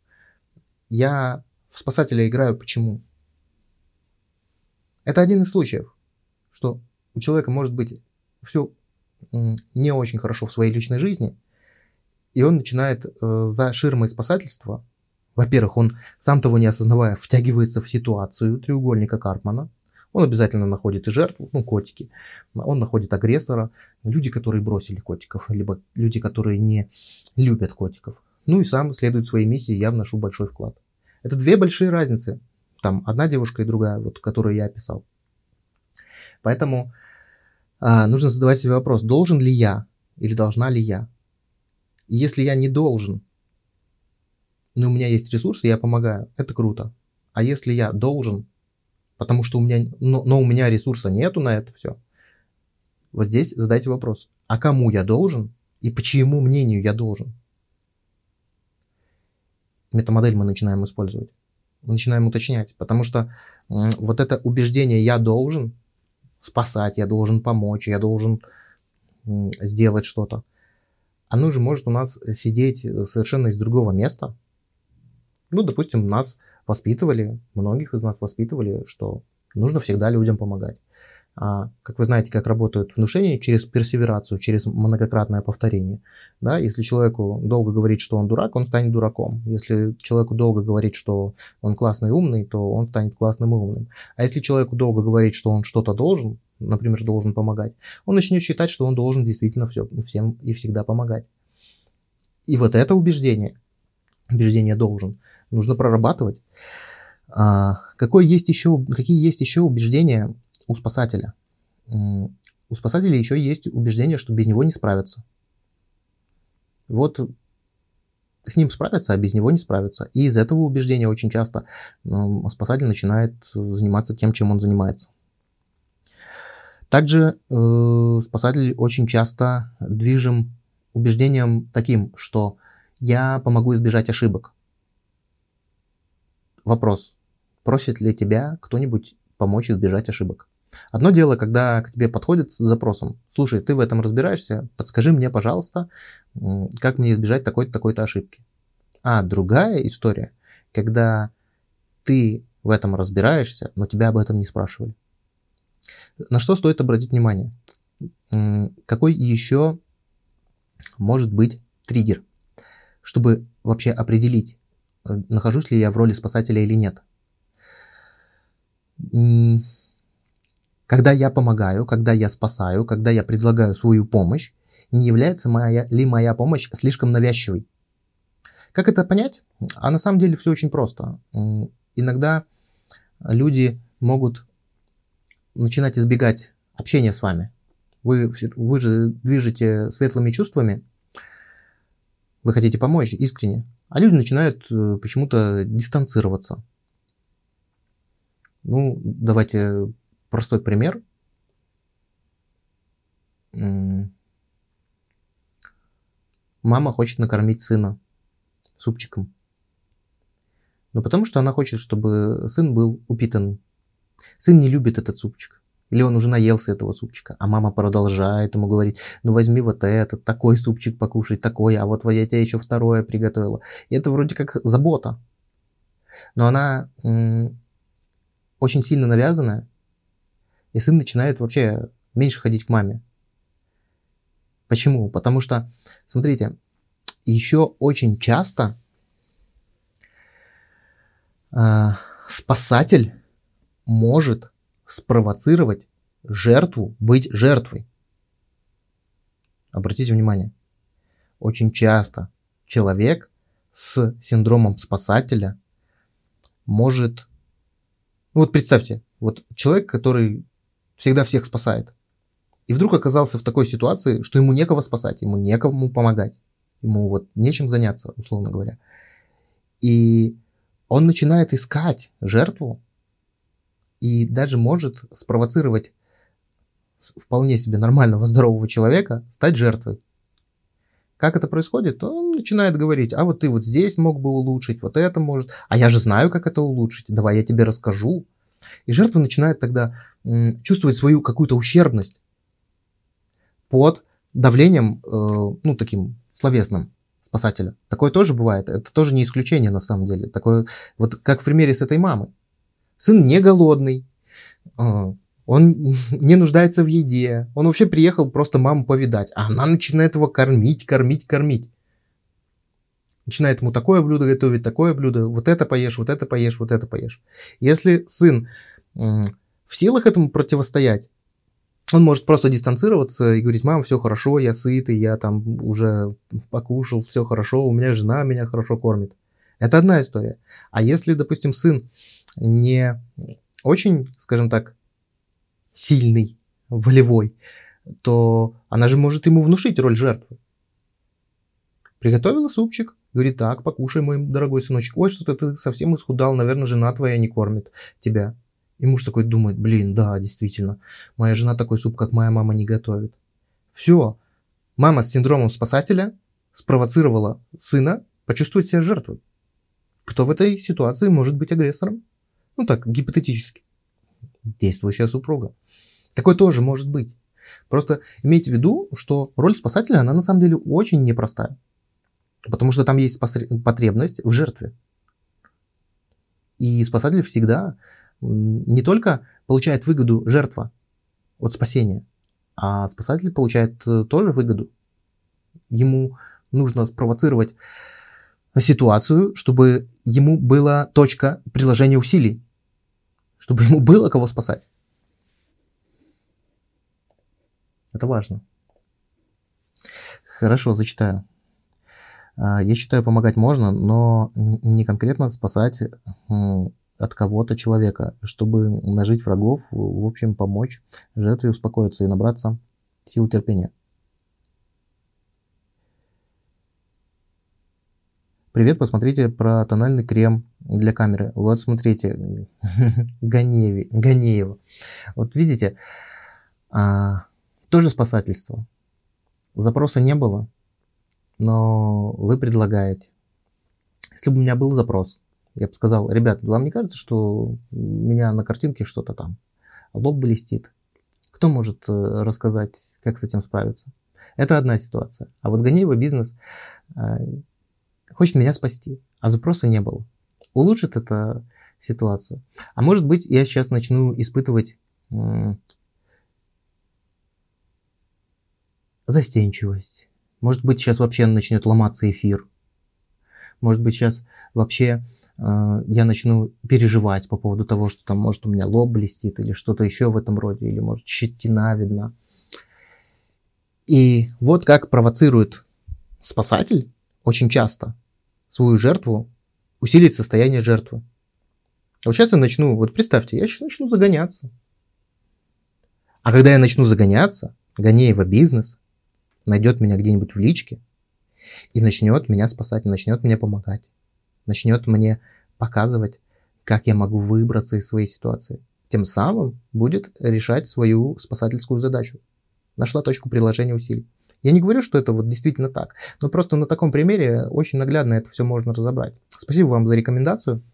Я в спасателя играю почему? Это один из случаев, что у человека может быть все не очень хорошо в своей личной жизни, и он начинает за ширмой спасательства Во-первых, он, сам того не осознавая, втягивается в ситуацию треугольника Карпмана. Он обязательно находит и жертву, котики. Он находит агрессора, люди, которые бросили котиков, либо люди, которые не любят котиков. И сам следует своей миссии, я вношу большой вклад. Это две большие разницы. Там одна девушка и другая, которую я описал. Поэтому нужно задавать себе вопрос, должен ли я или должна ли я. И если я не должен, но у меня есть ресурсы, я помогаю, это круто. А если я должен, потому что у меня ресурса нету на это все, вот здесь задайте вопрос, а кому я должен и по чьему мнению я должен? Метамодель мы начинаем использовать, мы начинаем уточнять, потому что вот это убеждение «я должен спасать, я должен помочь, я должен сделать что-то», оно же может у нас сидеть совершенно из другого места. Допустим, нас воспитывали, многих из нас воспитывали, что нужно всегда людям помогать. Как вы знаете, как работают внушения через персеверацию, через многократное повторение. Да? Если человеку долго говорить, что он дурак, он станет дураком. Если человеку долго говорить, что он классный и умный, то он станет классным и умным. А если человеку долго говорить, что он что-то должен, например, должен помогать, он начнет считать, что он должен действительно всем и всегда помогать. И вот это убеждение должен, нужно прорабатывать. Какие есть еще убеждения у спасателя? У спасателя еще есть убеждение, что без него не справятся. Вот с ним справятся, а без него не справятся. И из этого убеждения очень часто спасатель начинает заниматься тем, чем он занимается. Также спасатель очень часто движим убеждением таким, что я помогу избежать ошибок. Вопрос, просит ли тебя кто-нибудь помочь избежать ошибок? Одно дело, когда к тебе подходят с запросом, слушай, ты в этом разбираешься, подскажи мне, пожалуйста, как мне избежать такой-то, такой-то ошибки. А другая история, когда ты в этом разбираешься, но тебя об этом не спрашивали. На что стоит обратить внимание? Какой еще может быть триггер, чтобы вообще определить, нахожусь ли я в роли спасателя или нет. Когда я помогаю, когда я спасаю, когда я предлагаю свою помощь, не является ли моя помощь слишком навязчивой? Как это понять? А на самом деле все очень просто. Иногда люди могут начинать избегать общения с вами. Вы же движете светлыми чувствами, вы хотите помочь искренне, а люди начинают почему-то дистанцироваться. Давайте простой пример. Мама хочет накормить сына супчиком. Потому что она хочет, чтобы сын был упитанный. Сын не любит этот супчик. Или он уже наелся этого супчика, а мама продолжает ему говорить, возьми вот этот, такой супчик покушай, такой, а вот я тебе еще второе приготовила. И это вроде как забота. Но она очень сильно навязанная, и сын начинает вообще меньше ходить к маме. Почему? Потому что, смотрите, еще очень часто спасатель может спровоцировать жертву быть жертвой. Обратите внимание, очень часто человек с синдромом спасателя может... представьте, человек, который всегда всех спасает, и вдруг оказался в такой ситуации, что ему некого спасать, ему некому помогать, ему нечем заняться, условно говоря. И он начинает искать жертву, и даже может спровоцировать вполне себе нормального, здорового человека стать жертвой. Как это происходит? Он начинает говорить, а ты здесь мог бы улучшить, это может, а я же знаю, как это улучшить, давай я тебе расскажу. И жертва начинает тогда чувствовать свою какую-то ущербность под давлением, таким словесным спасателя. Такое тоже бывает, это тоже не исключение на самом деле. Такое, как в примере с этой мамой. Сын не голодный, он не нуждается в еде, он вообще приехал просто маму повидать, а она начинает его кормить. Начинает ему такое блюдо готовить, такое блюдо, вот это поешь, вот это поешь, вот это поешь. Если сын в силах этому противостоять, он может просто дистанцироваться и говорить: мам, все хорошо, я сытый, я там уже покушал, все хорошо, у меня жена меня хорошо кормит. Это одна история. А если, допустим, сын не очень, скажем так, сильный, волевой, то она же может ему внушить роль жертвы. Приготовила супчик, говорит: так, покушай, мой дорогой сыночек. Ой, что-то ты совсем исхудал, наверное, жена твоя не кормит тебя. И муж такой думает: блин, да, действительно, моя жена такой суп, как моя мама, не готовит. Все, мама с синдромом спасателя спровоцировала сына почувствовать себя жертвой. Кто в этой ситуации может быть агрессором? Ну так, гипотетически. Действующая супруга. Такое тоже может быть. Просто имейте в виду, что роль спасателя, она на самом деле очень непростая. Потому что там есть потребность в жертве. И спасатель всегда не только получает выгоду жертва от спасения, а спасатель получает тоже выгоду. Ему нужно спровоцировать ситуацию, чтобы ему была точка приложения усилий, чтобы ему было кого спасать. Это важно. Хорошо, зачитаю. Я считаю, помогать можно, но не конкретно спасать от кого-то человека, чтобы нажить врагов, в общем, помочь жертве успокоиться и набраться сил терпения. Привет, посмотрите про тональный крем для камеры. Вот смотрите, Ганеева. Вот видите, тоже спасательство. Запроса не было, но вы предлагаете. Если бы у меня был запрос, я бы сказал: ребят, вам не кажется, что у меня на картинке что-то там, лоб блестит? Кто может рассказать, как с этим справиться? Это одна ситуация. А вот Ганеева бизнес хочет меня спасти, а запроса не было. Улучшит это ситуацию? А может быть, я сейчас начну испытывать застенчивость. Может быть, сейчас вообще начнет ломаться эфир. Может быть, сейчас вообще я начну переживать по поводу того, что там, может, у меня лоб блестит или что-то еще в этом роде, или, может, щетина видна. И вот как провоцирует спасатель очень часто свою жертву усилить состояние жертвы. Вот сейчас я начну, вот представьте, я сейчас начну загоняться. А когда я начну загоняться, Ганеева бизнес найдет меня где-нибудь в личке и начнет меня спасать, начнет мне помогать, начнет мне показывать, как я могу выбраться из своей ситуации. Тем самым будет решать свою спасательскую задачу. Нашла точку приложения усилий. Я не говорю, что это вот действительно так, но просто на таком примере очень наглядно это все можно разобрать. Спасибо вам за рекомендацию.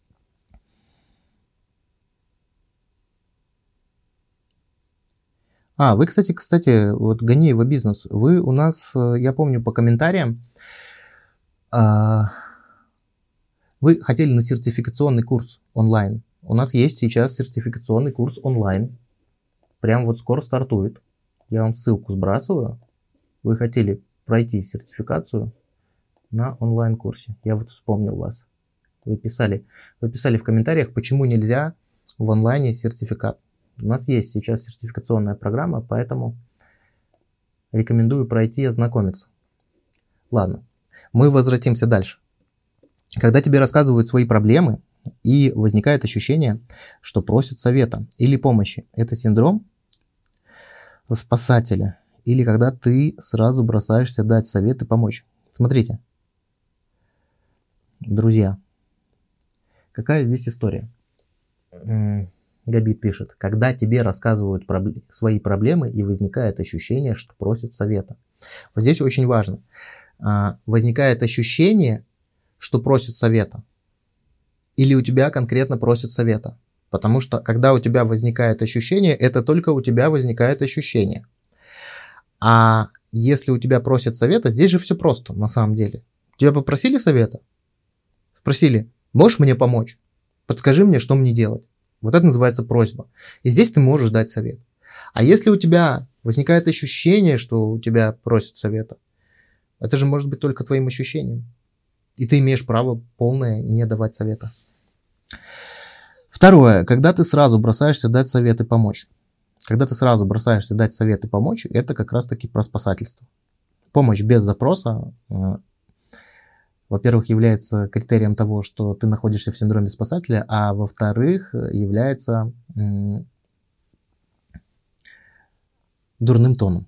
Вы, кстати, вот Ганеева бизнес, вы у нас, я помню по комментариям, вы хотели на сертификационный курс онлайн. У нас есть сейчас сертификационный курс онлайн. Прям вот скоро стартует. Я вам ссылку сбрасываю. Вы хотели пройти сертификацию на онлайн-курсе. Я вот вспомнил вас. Вы писали в комментариях, почему нельзя в онлайне сертификат. У нас есть сейчас сертификационная программа, поэтому рекомендую пройти и ознакомиться. Ладно, мы возвратимся дальше. Когда тебе рассказывают свои проблемы и возникает ощущение, что просят совета или помощи, это синдром спасателя, или когда ты сразу бросаешься дать совет и помочь. Смотрите, друзья, какая здесь история? Габит пишет: когда тебе рассказывают свои проблемы и возникает ощущение, что просят совета. Вот здесь очень важно. Возникает ощущение, что просят совета. Или у тебя конкретно просят совета. Потому что когда у тебя возникает ощущение, это только у тебя возникает ощущение. А если у тебя просят совета, здесь же все просто на самом деле. Тебя попросили совета? Спросили: можешь мне помочь? Подскажи мне, что мне делать. Вот это называется просьба. И здесь ты можешь дать совет. А если у тебя возникает ощущение, что у тебя просят совета, это же может быть только твоим ощущением. И ты имеешь право полное не давать совета. Второе. Когда ты сразу бросаешься дать совет и помочь. Когда ты сразу бросаешься дать совет и помочь, это как раз-таки про спасательство. Помощь без запроса, во-первых, является критерием того, что ты находишься в синдроме спасателя, а во-вторых, является дурным тоном.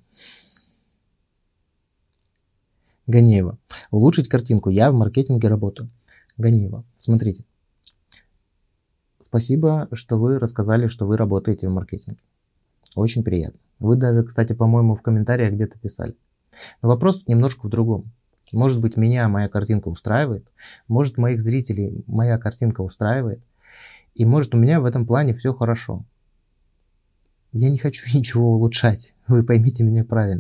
Ганеева. Улучшить картинку. Я в маркетинге работаю. Ганеева. Смотрите. Спасибо, что вы рассказали, что вы работаете в маркетинге. Очень приятно. Вы даже, кстати, по-моему, в комментариях где-то писали. Но вопрос немножко в другом. Может быть, меня моя картинка устраивает, может, моих зрителей моя картинка устраивает, и может, у меня в этом плане все хорошо. Я не хочу ничего улучшать, вы поймите меня правильно.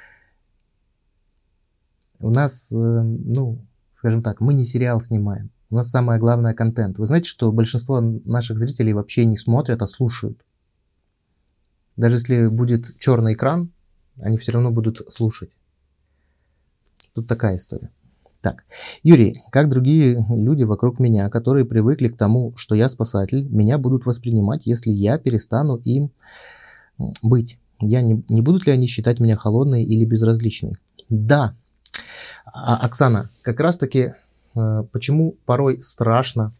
У нас, скажем так, мы не сериал снимаем. У нас самое главное контент. Вы знаете, что большинство наших зрителей вообще не смотрят, а слушают. Даже если будет черный экран, они все равно будут слушать. Тут такая история. Так, Юрий, как другие люди вокруг меня, которые привыкли к тому, что я спасатель, меня будут воспринимать, если я перестану им быть? Не будут ли они считать меня холодной или безразличной? Да, Оксана, как раз таки, почему порой страшно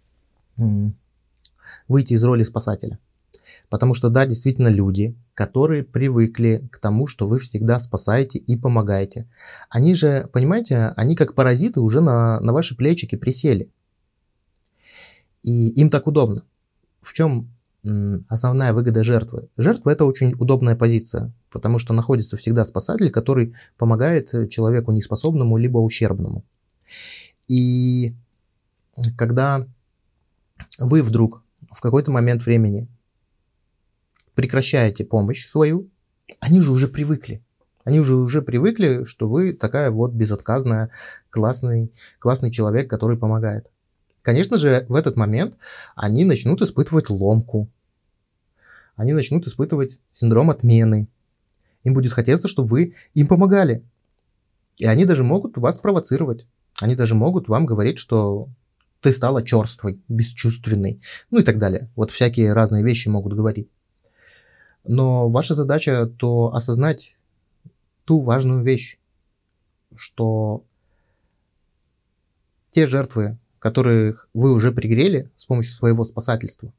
выйти из роли спасателя? Потому что, да, действительно люди, которые привыкли к тому, что вы всегда спасаете и помогаете. Они же, понимаете, они как паразиты уже на ваши плечики присели. И им так удобно. В чем основная выгода жертвы? Жертва – это очень удобная позиция, потому что находится всегда спасатель, который помогает человеку неспособному либо ущербному. И когда вы вдруг в какой-то момент времени прекращаете помощь свою, они же уже привыкли. Они уже привыкли, что вы такая вот безотказная, классный человек, который помогает. Конечно же, в этот момент они начнут испытывать ломку. Они начнут испытывать синдром отмены. Им будет хотеться, чтобы вы им помогали. И они даже могут вас провоцировать. Они даже могут вам говорить, что ты стала черствой, бесчувственной, и так далее. Вот всякие разные вещи могут говорить. Но ваша задача то осознать ту важную вещь, что те жертвы, которых вы уже пригрели с помощью своего спасательства,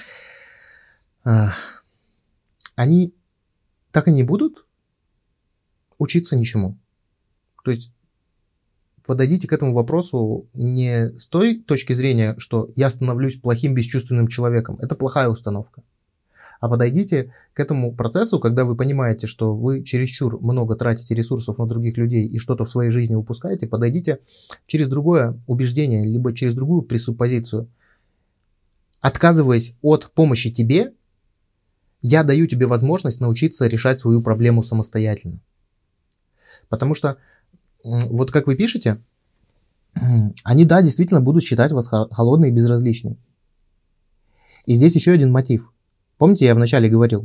они так и не будут учиться ничему. То есть подойдите к этому вопросу не с той точки зрения, что я становлюсь плохим, бесчувственным человеком. Это плохая установка. А подойдите к этому процессу, когда вы понимаете, что вы чересчур много тратите ресурсов на других людей и что-то в своей жизни упускаете, подойдите через другое убеждение, либо через другую пресуппозицию. Отказываясь от помощи тебе, я даю тебе возможность научиться решать свою проблему самостоятельно. Потому что, вот как вы пишете, они, да, действительно будут считать вас холодной и безразличной. И здесь еще один мотив. Помните, я вначале говорил,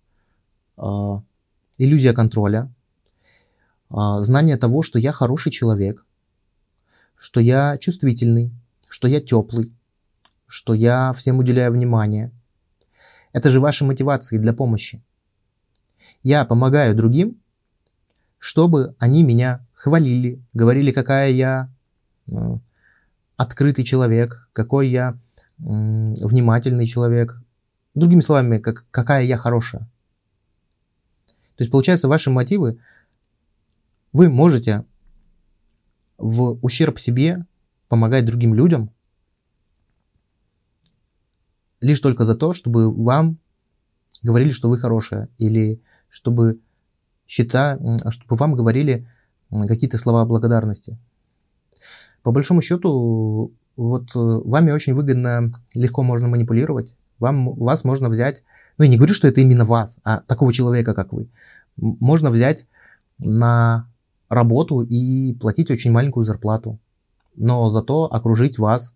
иллюзия контроля, знание того, что я хороший человек, что я чувствительный, что я теплый, что я всем уделяю внимание. Это же ваши мотивации для помощи. Я помогаю другим, чтобы они меня хвалили, говорили, какая я открытый человек, какой я внимательный человек. Другими словами, какая я хорошая. То есть, получается, ваши мотивы, вы можете в ущерб себе помогать другим людям лишь только за то, чтобы вам говорили, что вы хорошая, или чтобы вам говорили какие-то слова благодарности. По большому счету, вот вами очень выгодно, легко можно манипулировать. Вас можно взять, я не говорю, что это именно вас, а такого человека, как вы, можно взять на работу и платить очень маленькую зарплату, но зато окружить вас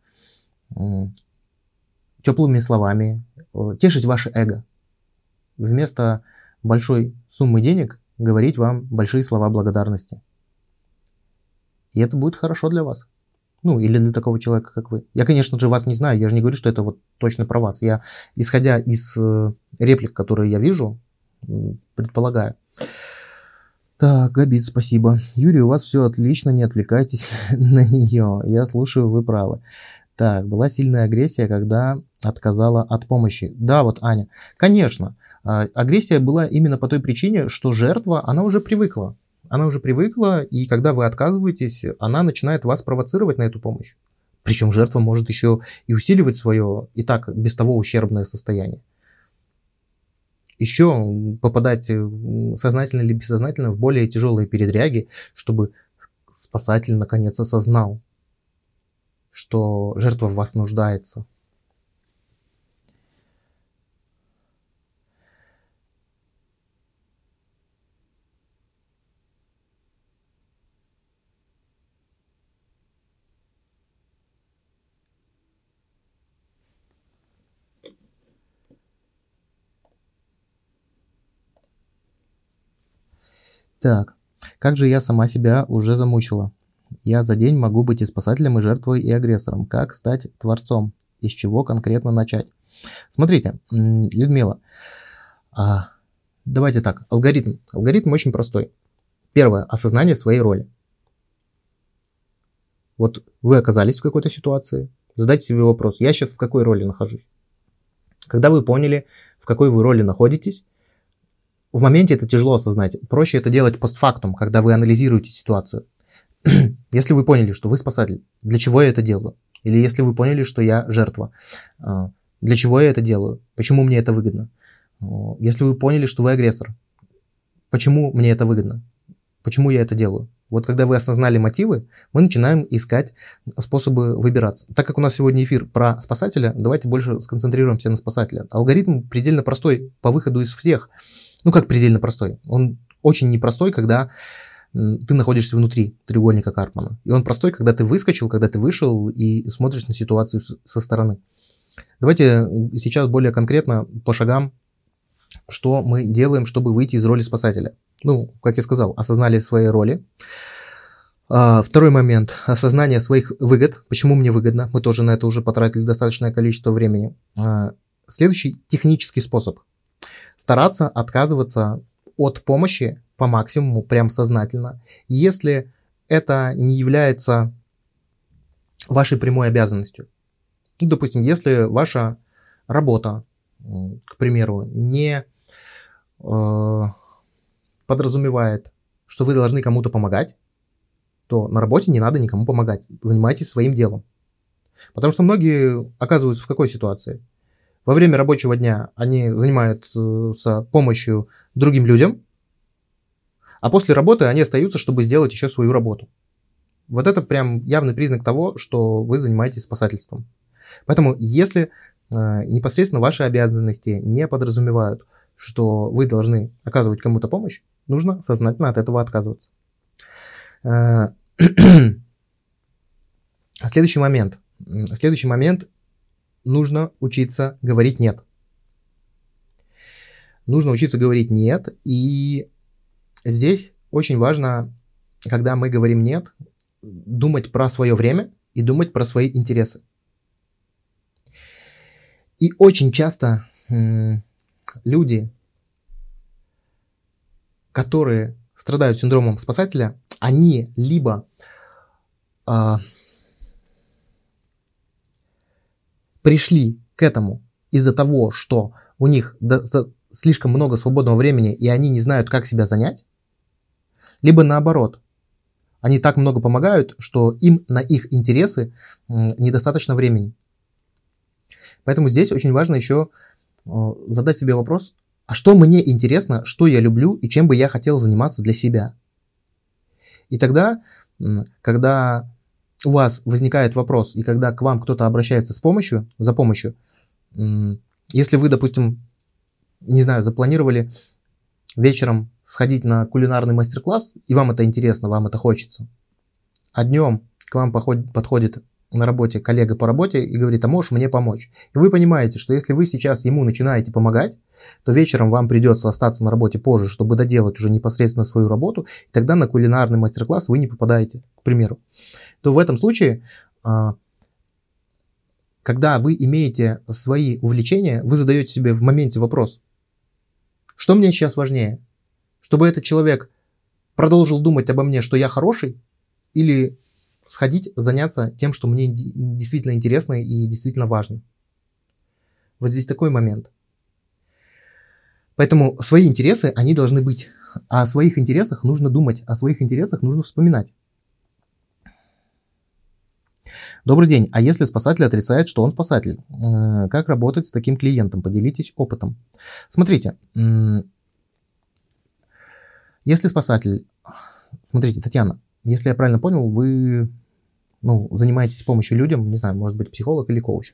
теплыми словами, тешить ваше эго. Вместо большой суммы денег говорить вам большие слова благодарности. И это будет хорошо для вас. Ну, или для такого человека, как вы. Я, конечно же, вас не знаю, я же не говорю, что это вот точно про вас. Я, исходя из реплик, которые я вижу, предполагаю. Так, Габит, спасибо. Юрий, у вас все отлично, не отвлекайтесь на нее. Я слушаю, вы правы. Так, была сильная агрессия, когда отказала от помощи. Да, вот, Аня, конечно. Агрессия была именно по той причине, что жертва, она уже привыкла. Она уже привыкла, и когда вы отказываетесь, она начинает вас провоцировать на эту помощь. Причем жертва может еще и усиливать свое и так без того ущербное состояние. Еще попадать сознательно или бессознательно в более тяжелые передряги, чтобы спасатель наконец осознал, что жертва в вас нуждается. Так, как же я сама себя уже замучила? Я за день могу быть и спасателем, и жертвой, и агрессором. Как стать творцом? Из чего конкретно начать? Смотрите, Людмила, давайте так, алгоритм. Алгоритм очень простой. Первое, осознание своей роли. Вот вы оказались в какой-то ситуации, задайте себе вопрос, я сейчас в какой роли нахожусь? Когда вы поняли, в какой вы роли находитесь, в моменте это тяжело осознать. Проще это делать постфактум, когда вы анализируете ситуацию. Если вы поняли, что вы спасатель, для чего я это делаю? Или если вы поняли, что я жертва, для чего я это делаю? Почему мне это выгодно? Если вы поняли, что вы агрессор, почему мне это выгодно? Почему я это делаю? Вот когда вы осознали мотивы, мы начинаем искать способы выбираться. Так как у нас сегодня эфир про спасателя, давайте больше сконцентрируемся на спасателя. Алгоритм предельно простой по выходу из всех. Ну как предельно простой? Он очень непростой, когда ты находишься внутри треугольника Карпмана. И он простой, когда ты выскочил, когда ты вышел и смотришь на ситуацию со стороны. Давайте сейчас более конкретно по шагам, что мы делаем, чтобы выйти из роли спасателя. Ну, как я сказал, осознали свои роли. Второй момент. Осознание своих выгод. Почему мне выгодно? Мы тоже на это уже потратили достаточное количество времени. Следующий технический способ. Стараться отказываться от помощи по максимуму, прям сознательно, если это не является вашей прямой обязанностью. Ну, допустим, если ваша работа, к примеру, не подразумевает, что вы должны кому-то помогать, то на работе не надо никому помогать. Занимайтесь своим делом. Потому что многие оказываются в какой ситуации? Во время рабочего дня они занимаются помощью другим людям, а после работы они остаются, чтобы сделать еще свою работу. Вот это прям явный признак того, что вы занимаетесь спасательством. Поэтому если непосредственно ваши обязанности не подразумевают, что вы должны оказывать кому-то помощь, нужно сознательно от этого отказываться. Следующий момент. Нужно учиться говорить «нет». Нужно учиться говорить «нет». И здесь очень важно, когда мы говорим «нет», думать про свое время и думать про свои интересы. И очень часто люди, которые страдают синдромом спасателя, они либо пришли к этому из-за того, что у них слишком много свободного времени, и они не знают, как себя занять, либо наоборот, они так много помогают, что им на их интересы недостаточно времени. Поэтому здесь очень важно еще задать себе вопрос, а что мне интересно, что я люблю и чем бы я хотел заниматься для себя. И тогда, когда у вас возникает вопрос, и когда к вам кто-то обращается за помощью, если вы, допустим, не знаю, запланировали вечером сходить на кулинарный мастер-класс, и вам это интересно, вам это хочется, а днем к вам подходит на работе коллега по работе и говорит, а можешь мне помочь? И вы понимаете, что если вы сейчас ему начинаете помогать, то вечером вам придется остаться на работе позже, чтобы доделать уже непосредственно свою работу, и тогда на кулинарный мастер-класс вы не попадаете, к примеру. То в этом случае когда вы имеете свои увлечения, вы задаете себе в моменте вопрос, что мне сейчас важнее? Чтобы этот человек продолжил думать обо мне, что я хороший, или сходить, заняться тем, что мне действительно интересно и действительно важно. Вот здесь такой момент. Поэтому свои интересы, они должны быть. О своих интересах нужно думать, о своих интересах нужно вспоминать. Добрый день. А если спасатель отрицает, что он спасатель? Как работать с таким клиентом? Поделитесь опытом. Смотрите, если спасатель... Смотрите, Татьяна, если я правильно понял, вы занимаетесь помощью людям, не знаю, может быть, психолог или коуч.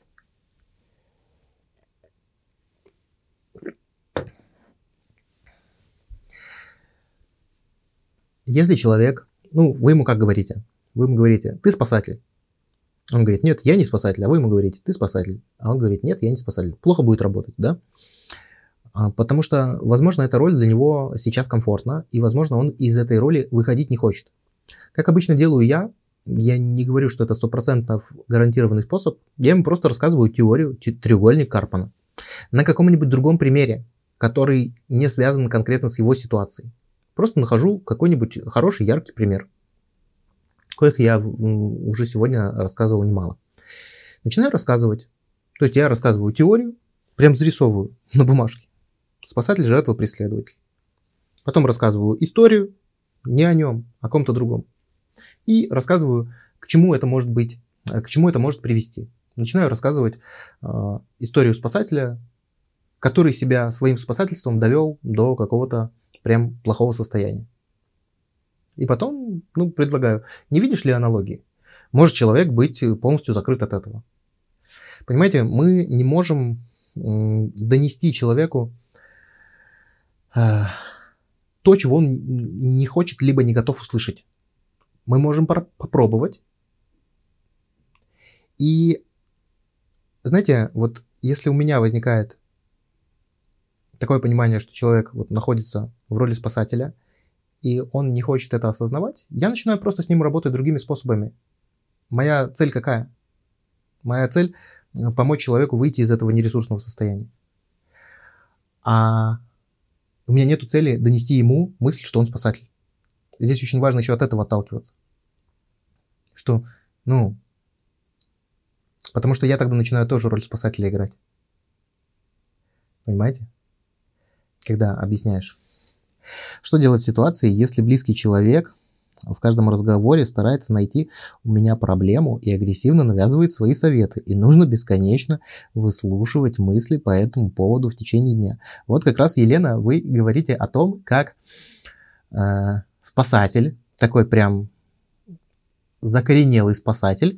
Если человек, вы ему как говорите? Вы ему говорите, ты спасатель. Он говорит, нет, я не спасатель, а вы ему говорите, ты спасатель. А он говорит, нет, я не спасатель. Плохо будет работать, да? Потому что, возможно, эта роль для него сейчас комфортна, и, возможно, он из этой роли выходить не хочет. Как обычно делаю я не говорю, что это 100% гарантированный способ, я ему просто рассказываю теорию треугольник Карпмана на каком-нибудь другом примере, который не связан конкретно с его ситуацией. Просто нахожу какой-нибудь хороший, яркий пример. Коих я уже сегодня рассказывал немало. Начинаю рассказывать. То есть я рассказываю теорию, прям зарисовываю на бумажке. Спасатель, жертва, преследователь. Потом рассказываю историю, не о нем, а о ком-то другом. И рассказываю, к чему это может быть, к чему это может привести. Начинаю рассказывать историю спасателя, который себя своим спасательством довел до какого-то прям плохого состояния. И потом, предлагаю, не видишь ли аналогии? Может человек быть полностью закрыт от этого. Понимаете, мы не можем донести человеку то, чего он не хочет, либо не готов услышать. Мы можем попробовать. И, знаете, вот если у меня возникает такое понимание, что человек находится в роли спасателя, и он не хочет это осознавать, я начинаю просто с ним работать другими способами. Моя цель какая? Моя цель – помочь человеку выйти из этого нересурсного состояния. А у меня нету цели донести ему мысль, что он спасатель. Здесь очень важно еще от этого отталкиваться. Что, потому что я тогда начинаю тоже роль спасателя играть. Понимаете? Когда объясняешь. Что делать в ситуации, если близкий человек в каждом разговоре старается найти у меня проблему и агрессивно навязывает свои советы, и нужно бесконечно выслушивать мысли по этому поводу в течение дня? Вот как раз, Елена, вы говорите о том, как спасатель, такой прям закоренелый спасатель,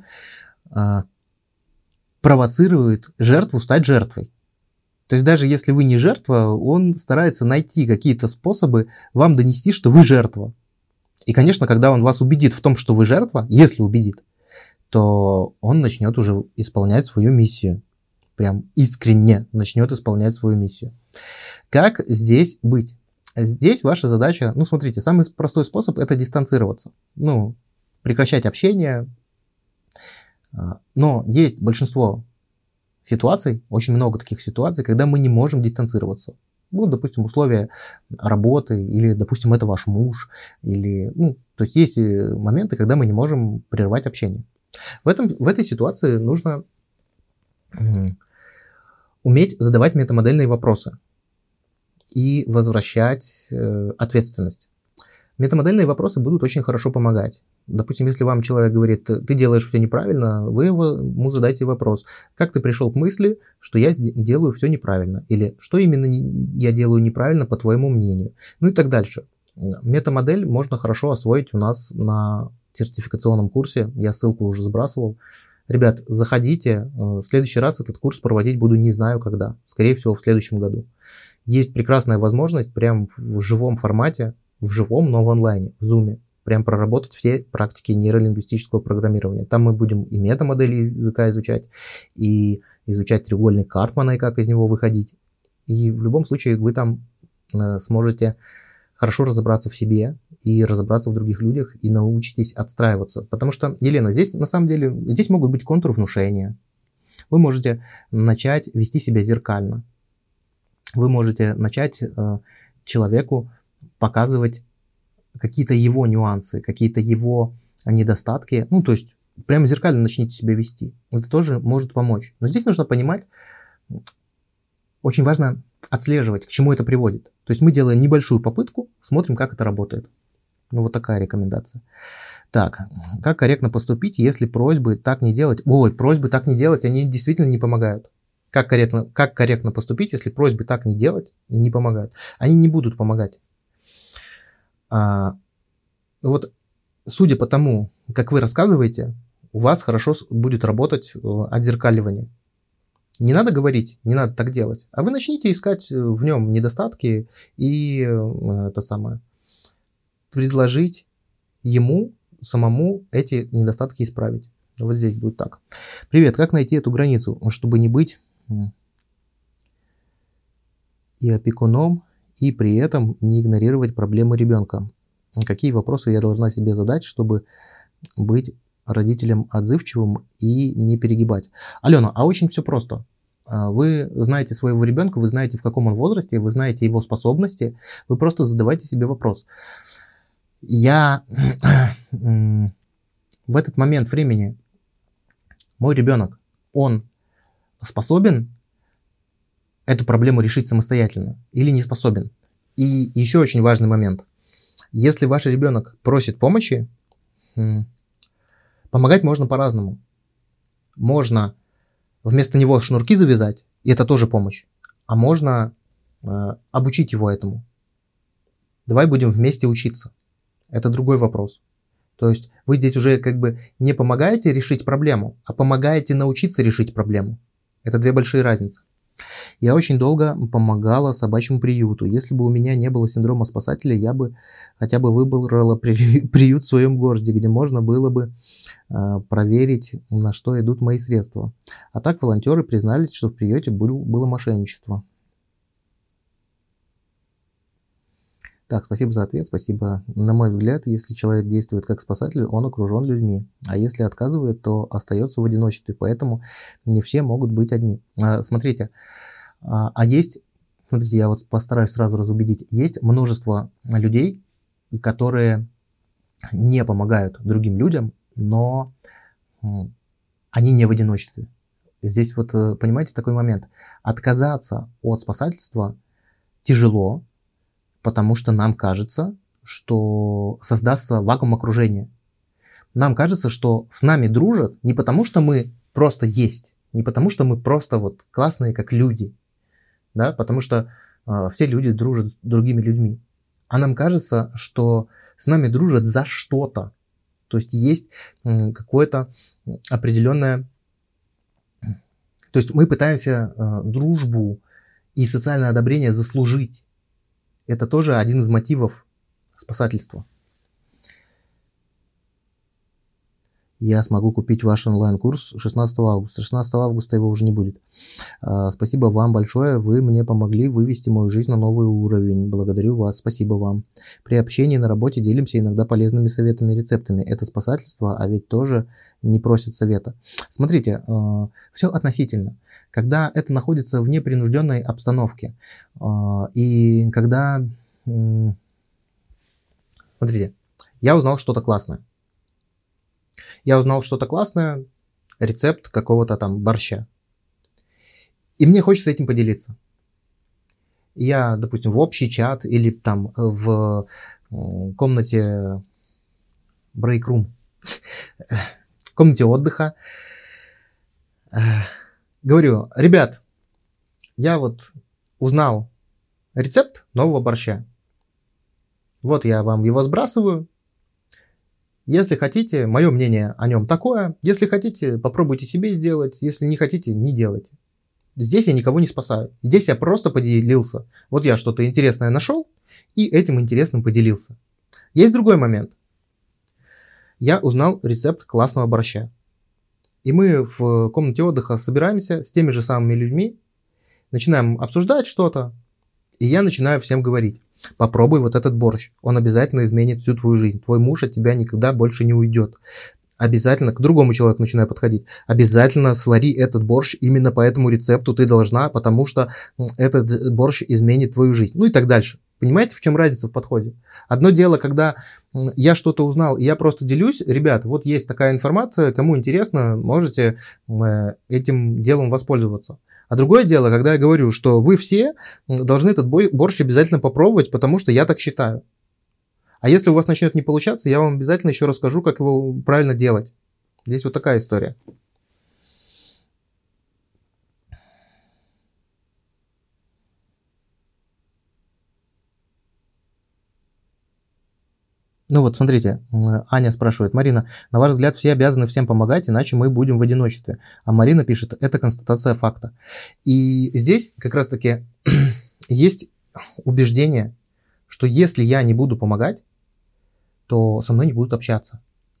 провоцирует жертву стать жертвой. То есть даже если вы не жертва, он старается найти какие-то способы вам донести, что вы жертва. И, конечно, когда он вас убедит в том, что вы жертва, если убедит, то он начнет уже исполнять свою миссию. Прям искренне начнет исполнять свою миссию. Как здесь быть? Здесь ваша задача, смотрите, самый простой способ – это дистанцироваться. Прекращать общение. Но есть большинство ситуаций, очень много таких ситуаций, когда мы не можем дистанцироваться. Допустим, условия работы, или, допустим, это ваш муж, или, то есть есть моменты, когда мы не можем прервать общение. В этой ситуации нужно уметь задавать метамодельные вопросы и возвращать ответственность. Метамодельные вопросы будут очень хорошо помогать. Допустим, если вам человек говорит, ты делаешь все неправильно, вы ему задаете вопрос, как ты пришел к мысли, что я делаю все неправильно, или что именно я делаю неправильно, по твоему мнению, и так дальше. Метамодель можно хорошо освоить у нас на сертификационном курсе, я ссылку уже сбрасывал. Ребят, заходите, в следующий раз этот курс проводить буду не знаю когда, скорее всего в следующем году. Есть прекрасная возможность прям в живом формате, в живом, но в онлайне, в Zoom, прям проработать все практики нейролингвистического программирования. Там мы будем и метамодели языка изучать, и изучать треугольник Карпмана, и как из него выходить. И в любом случае вы там сможете хорошо разобраться в себе и разобраться в других людях, и научитесь отстраиваться. Потому что, Елена, здесь на самом деле, здесь могут быть контуры внушения. Вы можете начать вести себя зеркально. Вы можете начать человеку показывать какие-то его нюансы, какие-то его недостатки. Ну, то есть, прямо зеркально начните себя вести. Это тоже может помочь. Но здесь нужно понимать, очень важно отслеживать, к чему это приводит. То есть мы делаем небольшую попытку, смотрим, как это работает. Ну, вот такая рекомендация. Так, как корректно поступить, если просьбы так не делать? Ой, просьбы так не делать, они действительно не помогают. Как корректно поступить, если просьбы так не делать, не помогают? Они не будут помогать. Вот, судя по тому, как вы рассказываете, у вас хорошо будет работать отзеркаливание. Не надо говорить, не надо так делать, а вы начните искать в нем недостатки и предложить ему самому эти недостатки исправить. Вот здесь будет так. Привет, как найти эту границу, чтобы не быть и опекуном, и при этом не игнорировать проблемы ребенка? Какие вопросы я должна себе задать, чтобы быть родителем отзывчивым и не перегибать? Алена, а очень все просто. Вы знаете своего ребенка, вы знаете, в каком он возрасте, вы знаете его способности, вы просто задавайте себе вопрос. В этот момент времени мой ребенок, он способен эту проблему решить самостоятельно или не способен? И еще очень важный момент. Если ваш ребенок просит помощи, помогать можно по-разному. Можно вместо него шнурки завязать, и это тоже помощь. А можно обучить его этому. Давай будем вместе учиться. Это другой вопрос. То есть вы здесь уже как бы не помогаете решить проблему, а помогаете научиться решить проблему. Это две большие разницы. Я очень долго помогала собачьему приюту. Если бы у меня не было синдрома спасателя, я бы хотя бы выбрала приют в своем городе, где можно было бы проверить, на что идут мои средства. А так волонтеры признались, что в приюте было мошенничество. Так, спасибо за ответ, спасибо. На мой взгляд, если человек действует как спасатель, он окружен людьми. А если отказывает, то остается в одиночестве. Поэтому не все могут быть одни. Смотрите, смотрите, я вот постараюсь сразу разубедить. Есть множество людей, которые не помогают другим людям, но они не в одиночестве. Здесь вот, понимаете, такой момент. Отказаться от спасательства тяжело, потому что нам кажется, что создастся вакуум окружения. Нам кажется, что с нами дружат не потому, что мы просто есть, не потому, что мы просто вот классные, как люди, да, потому что все люди дружат с другими людьми. А нам кажется, что с нами дружат за что-то. То есть какое-то определенное... То есть мы пытаемся дружбу и социальное одобрение заслужить. Это тоже один из мотивов спасательства. Я смогу купить ваш онлайн-курс 16 августа. 16 августа его уже не будет. Спасибо вам большое. Вы мне помогли вывести мою жизнь на новый уровень. Благодарю вас. Спасибо вам. При общении на работе делимся иногда полезными советами и рецептами. Это спасательство, а ведь тоже не просят совета. Смотрите, все относительно. Когда это находится в непринужденной обстановке, и когда... Смотрите, я узнал что-то классное. Рецепт какого-то там борща. И мне хочется этим поделиться. Я, допустим, в общий чат или там в комнате break-room, в комнате отдыха говорю: ребят, я вот узнал рецепт нового борща. Вот я вам его сбрасываю. Если хотите, мое мнение о нем такое. Если хотите, попробуйте себе сделать. Если не хотите, не делайте. Здесь я никого не спасаю. Здесь я просто поделился. Вот я что-то интересное нашел и этим интересным поделился. Есть другой момент. Я узнал рецепт классного борща. И мы в комнате отдыха собираемся с теми же самыми людьми, начинаем обсуждать что-то, и я начинаю всем говорить: Попробуй вот этот борщ. Он обязательно изменит всю твою жизнь. Твой муж от тебя никогда больше не уйдет. Обязательно к другому человеку начинай подходить. Обязательно свари этот борщ именно по этому рецепту ты должна, потому что этот борщ изменит твою жизнь. Ну и так дальше. Понимаете, в чем разница в подходе? Одно дело, когда я что-то узнал, и я просто делюсь. Ребят, вот есть такая информация, кому интересно, можете этим делом воспользоваться. А другое дело, когда я говорю, что вы все должны этот борщ обязательно попробовать, потому что я так считаю. А если у вас начнет не получаться, я вам обязательно еще расскажу, как его правильно делать. Здесь вот такая история. Ну вот, смотрите, Аня спрашивает: Марина, на ваш взгляд, все обязаны всем помогать, иначе мы будем в одиночестве. А Марина пишет: это констатация факта. И здесь как раз-таки есть убеждение, что если я не буду помогать, то со мной не будут общаться.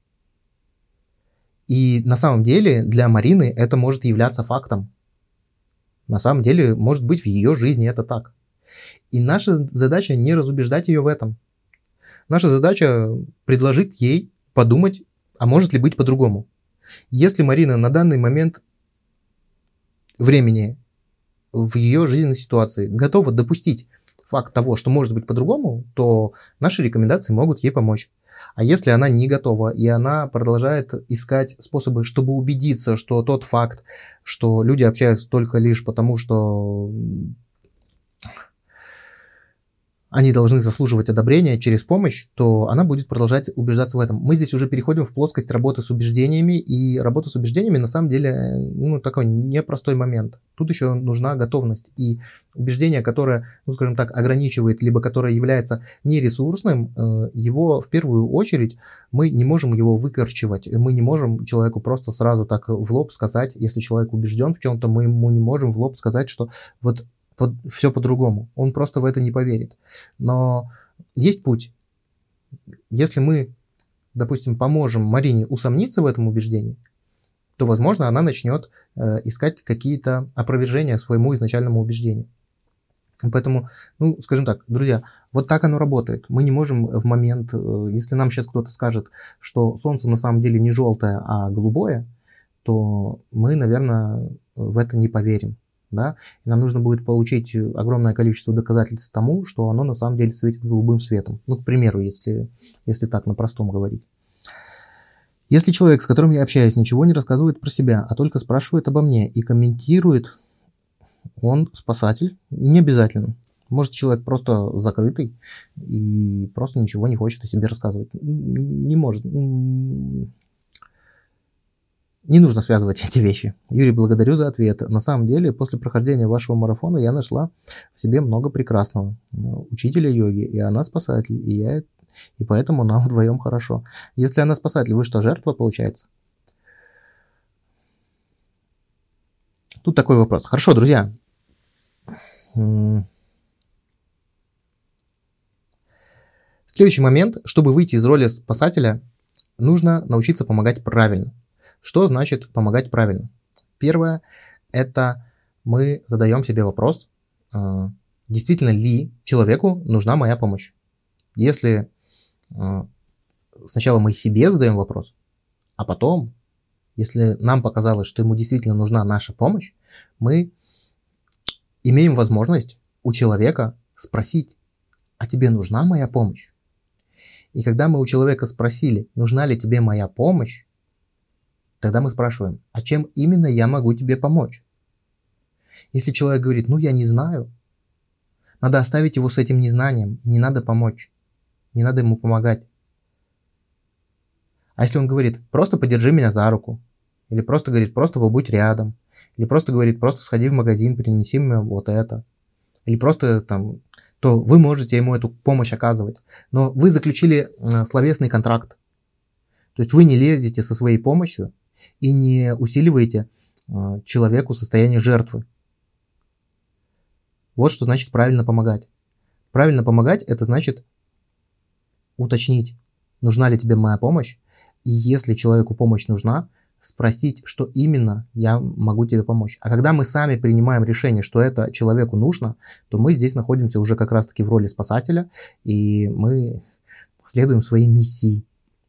И на самом деле для Марины это может являться фактом. На самом деле, может быть, в ее жизни это так. И наша задача не разубеждать ее в этом. Наша задача предложить ей подумать, а может ли быть по-другому. Если Марина на данный момент времени в ее жизненной ситуации готова допустить факт того, что может быть по-другому, то наши рекомендации могут ей помочь. А если она не готова, и она продолжает искать способы, чтобы убедиться, что тот факт, что люди общаются только лишь потому, что они должны заслуживать одобрения через помощь, то она будет продолжать убеждаться в этом. Мы здесь уже переходим в плоскость работы с убеждениями, и работа с убеждениями на самом деле такой непростой момент. Тут еще нужна готовность. И убеждение, которое, скажем так, ограничивает, либо которое является нересурсным, его в первую очередь мы не можем его выкорчевать. Мы не можем человеку просто сразу так в лоб сказать, если человек убежден в чем-то, мы ему не можем в лоб сказать, что вот все по-другому. Он просто в это не поверит. Но есть путь. Если мы, допустим, поможем Марине усомниться в этом убеждении, то, возможно, она начнет искать какие-то опровержения своему изначальному убеждению. Поэтому, скажем так, друзья, вот так оно работает. Мы не можем в момент, если нам сейчас кто-то скажет, что солнце на самом деле не желтое, а голубое, то мы, наверное, в это не поверим. Да? И нам нужно будет получить огромное количество доказательств тому, что оно на самом деле светит голубым светом. К примеру, если так на простом говорить. Если человек, с которым я общаюсь, ничего не рассказывает про себя, а только спрашивает обо мне и комментирует, он спасатель? Не обязательно. Может, человек просто закрытый и просто ничего не хочет о себе рассказывать. Не может. Не нужно связывать эти вещи. Юрий, благодарю за ответ. На самом деле, после прохождения вашего марафона я нашла в себе много прекрасного. Учителя йоги, и она спасатель, и поэтому нам вдвоем хорошо. Если она спасатель, вы что, жертва, получается? Тут такой вопрос. Хорошо, друзья. Следующий момент. Чтобы выйти из роли спасателя, нужно научиться помогать правильно. Что значит помогать правильно? Первое, это мы задаем себе вопрос, действительно ли человеку нужна моя помощь. Если сначала мы себе задаем вопрос, а потом, если нам показалось, что ему действительно нужна наша помощь, мы имеем возможность у человека спросить: а тебе нужна моя помощь? И когда мы у человека спросили, нужна ли тебе моя помощь, тогда мы спрашиваем: а чем именно я могу тебе помочь? Если человек говорит: я не знаю, надо оставить его с этим незнанием, не надо помочь, не надо ему помогать. А если он говорит: просто подержи меня за руку, или просто говорит: просто побудь рядом, или просто говорит: просто сходи в магазин, принеси мне вот это, или просто то вы можете ему эту помощь оказывать. Но вы заключили словесный контракт. То есть вы не лезете со своей помощью и не усиливаете человеку состояние жертвы. Вот что значит правильно помогать. Правильно помогать – это значит уточнить, нужна ли тебе моя помощь, и если человеку помощь нужна, спросить, что именно я могу тебе помочь. А когда мы сами принимаем решение, что это человеку нужно, то мы здесь находимся уже как раз-таки в роли спасателя, и мы следуем своей миссии.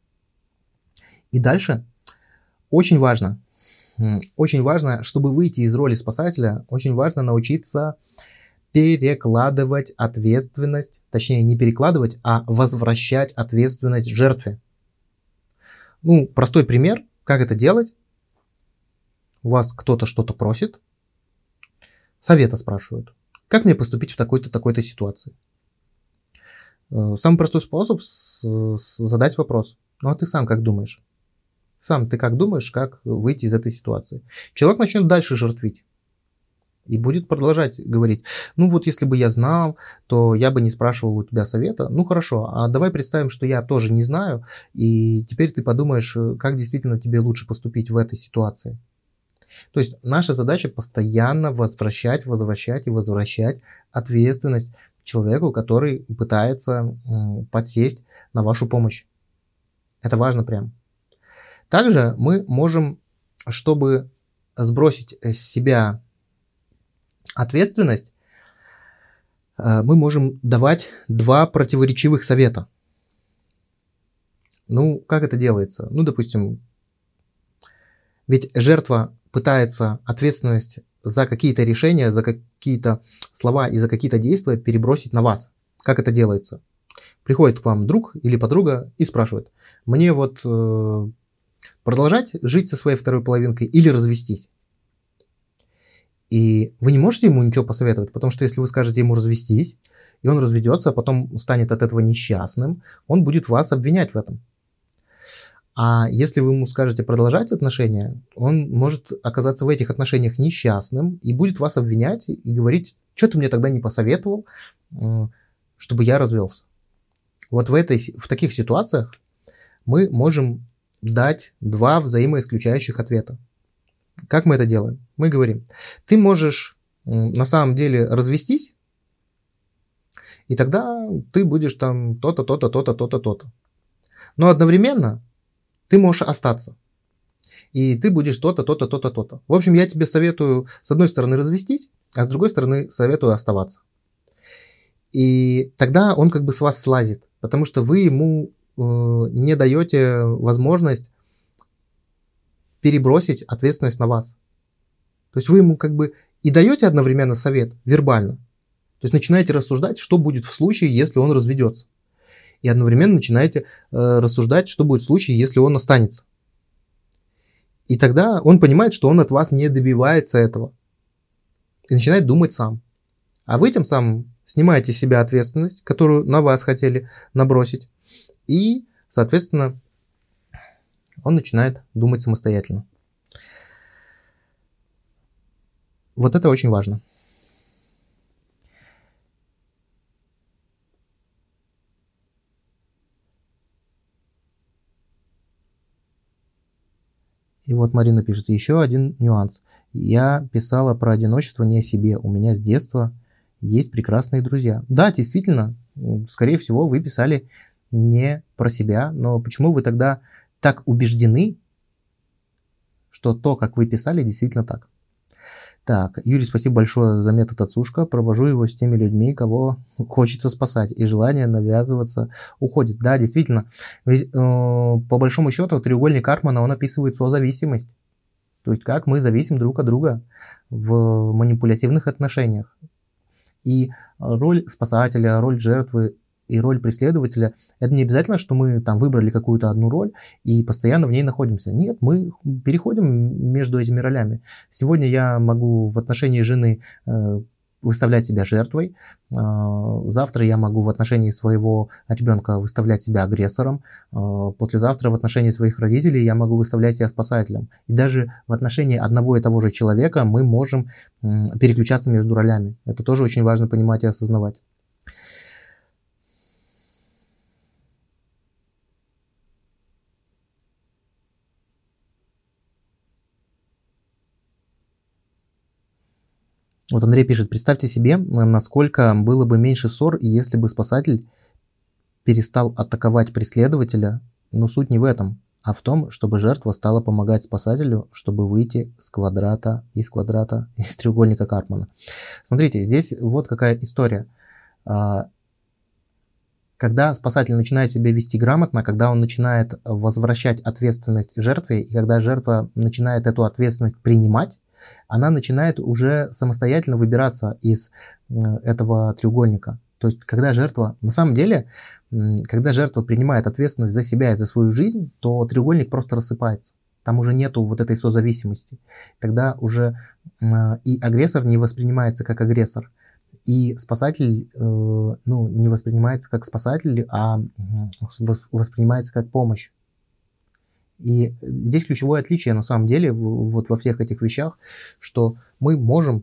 И дальше очень важно, чтобы выйти из роли спасателя, очень важно научиться перекладывать ответственность, точнее не перекладывать, а возвращать ответственность жертве. Ну, простой пример, как это делать. У вас кто-то что-то просит, совета спрашивают. Как мне поступить в такой-то, такой-то ситуации? Самый простой способ задать вопрос. Ну, а ты сам как думаешь? Сам ты как думаешь, как выйти из этой ситуации? Человек начнет дальше жертвить. И будет продолжать говорить, ну вот если бы я знал, то я бы не спрашивал у тебя совета. Ну хорошо, а давай представим, что я тоже не знаю, и теперь ты подумаешь, как действительно тебе лучше поступить в этой ситуации. То есть наша задача постоянно возвращать ответственность человеку, который пытается подсесть на вашу помощь. Это важно прям. Также мы можем, чтобы сбросить с себя ответственность, мы можем давать два противоречивых совета. Ну, как это делается? Ну, допустим, ведь жертва пытается ответственность за какие-то решения, за какие-то слова и за какие-то действия перебросить на вас. Как это делается? Приходит к вам друг или подруга и спрашивает, мне вот продолжать жить со своей второй половинкой или развестись? И вы не можете ему ничего посоветовать, потому что если вы скажете ему развестись, и он разведется, а потом станет от этого несчастным, он будет вас обвинять в этом. А если вы ему скажете продолжать отношения, он может оказаться в этих отношениях несчастным и будет вас обвинять и говорить, что ты мне тогда не посоветовал, чтобы я развелся. Вот в таких ситуациях мы можем дать два взаимоисключающих ответа. Как мы это делаем? Мы говорим, ты можешь на самом деле развестись, и тогда ты будешь там то-то, то-то, то-то, то-то, то-то. Но одновременно ты можешь остаться, и ты будешь то-то, то-то, то-то, то-то. В общем, я тебе советую с одной стороны развестись, а с другой стороны советую оставаться. И тогда он как бы с вас слазит, потому что вы ему не даете возможность перебросить ответственность на вас. То есть вы ему как бы и даете одновременно совет вербально. То есть начинаете рассуждать, что будет в случае, если он разведется. И одновременно начинаете рассуждать, что будет в случае, если он останется. И тогда он понимает, что он от вас не добивается этого. И начинает думать сам. А вы тем самым снимаете с себя ответственность, которую на вас хотели набросить. И, соответственно, он начинает думать самостоятельно. Вот это очень важно. И вот Марина пишет, еще один нюанс. Я писала про одиночество не о себе. У меня с детства есть прекрасные друзья. Да, действительно, скорее всего, вы писали не про себя, но почему вы тогда так убеждены, что то, как вы писали, действительно так? Так, Юрий, спасибо большое за метод отсушка. Провожу его с теми людьми, кого хочется спасать, и желание навязываться уходит. Да, действительно, ведь, по большому счету треугольник Карпмана, он описывает созависимость. То есть как мы зависим друг от друга в манипулятивных отношениях. И роль спасателя, роль жертвы и роль преследователя, это не обязательно, что мы там выбрали какую-то одну роль и постоянно в ней находимся. Нет, мы переходим между этими ролями. Сегодня я могу в отношении жены выставлять себя жертвой, завтра я могу в отношении своего ребенка выставлять себя агрессором, послезавтра в отношении своих родителей я могу выставлять себя спасателем. И даже в отношении одного и того же человека мы можем переключаться между ролями. Это тоже очень важно понимать и осознавать. Вот Андрей пишет, представьте себе, насколько было бы меньше ссор, если бы спасатель перестал атаковать преследователя, но суть не в этом. а в том, чтобы жертва стала помогать спасателю, чтобы выйти из треугольника Карпмана. Смотрите, здесь вот какая история. Когда спасатель начинает себя вести грамотно, когда он начинает возвращать ответственность жертве, и когда жертва начинает эту ответственность принимать, она начинает уже самостоятельно выбираться из этого треугольника. То есть, когда жертва, на самом деле, когда жертва принимает ответственность за себя и за свою жизнь, то треугольник просто рассыпается. Там уже нету вот этой созависимости. Тогда уже и агрессор не воспринимается как агрессор, и спасатель не воспринимается как спасатель, а воспринимается как помощь. И здесь ключевое отличие на самом деле вот во всех этих вещах, что мы можем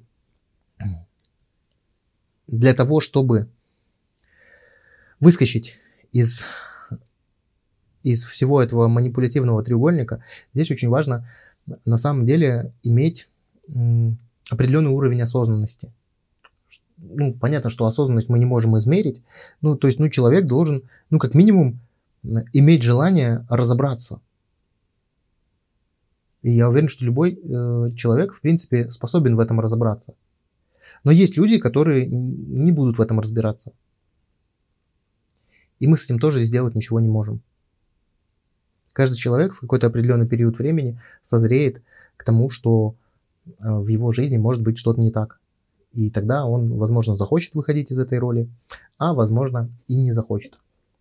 для того, чтобы выскочить из всего этого манипулятивного треугольника, здесь очень важно на самом деле иметь определенный уровень осознанности. Понятно, что осознанность мы не можем измерить, то есть человек должен, как минимум, иметь желание разобраться. И я уверен, что любой человек, в принципе, способен в этом разобраться. Но есть люди, которые не будут в этом разбираться. И мы с этим тоже сделать ничего не можем. Каждый человек в какой-то определенный период времени созреет к тому, что в его жизни может быть что-то не так. И тогда он, возможно, захочет выходить из этой роли, а, возможно, и не захочет.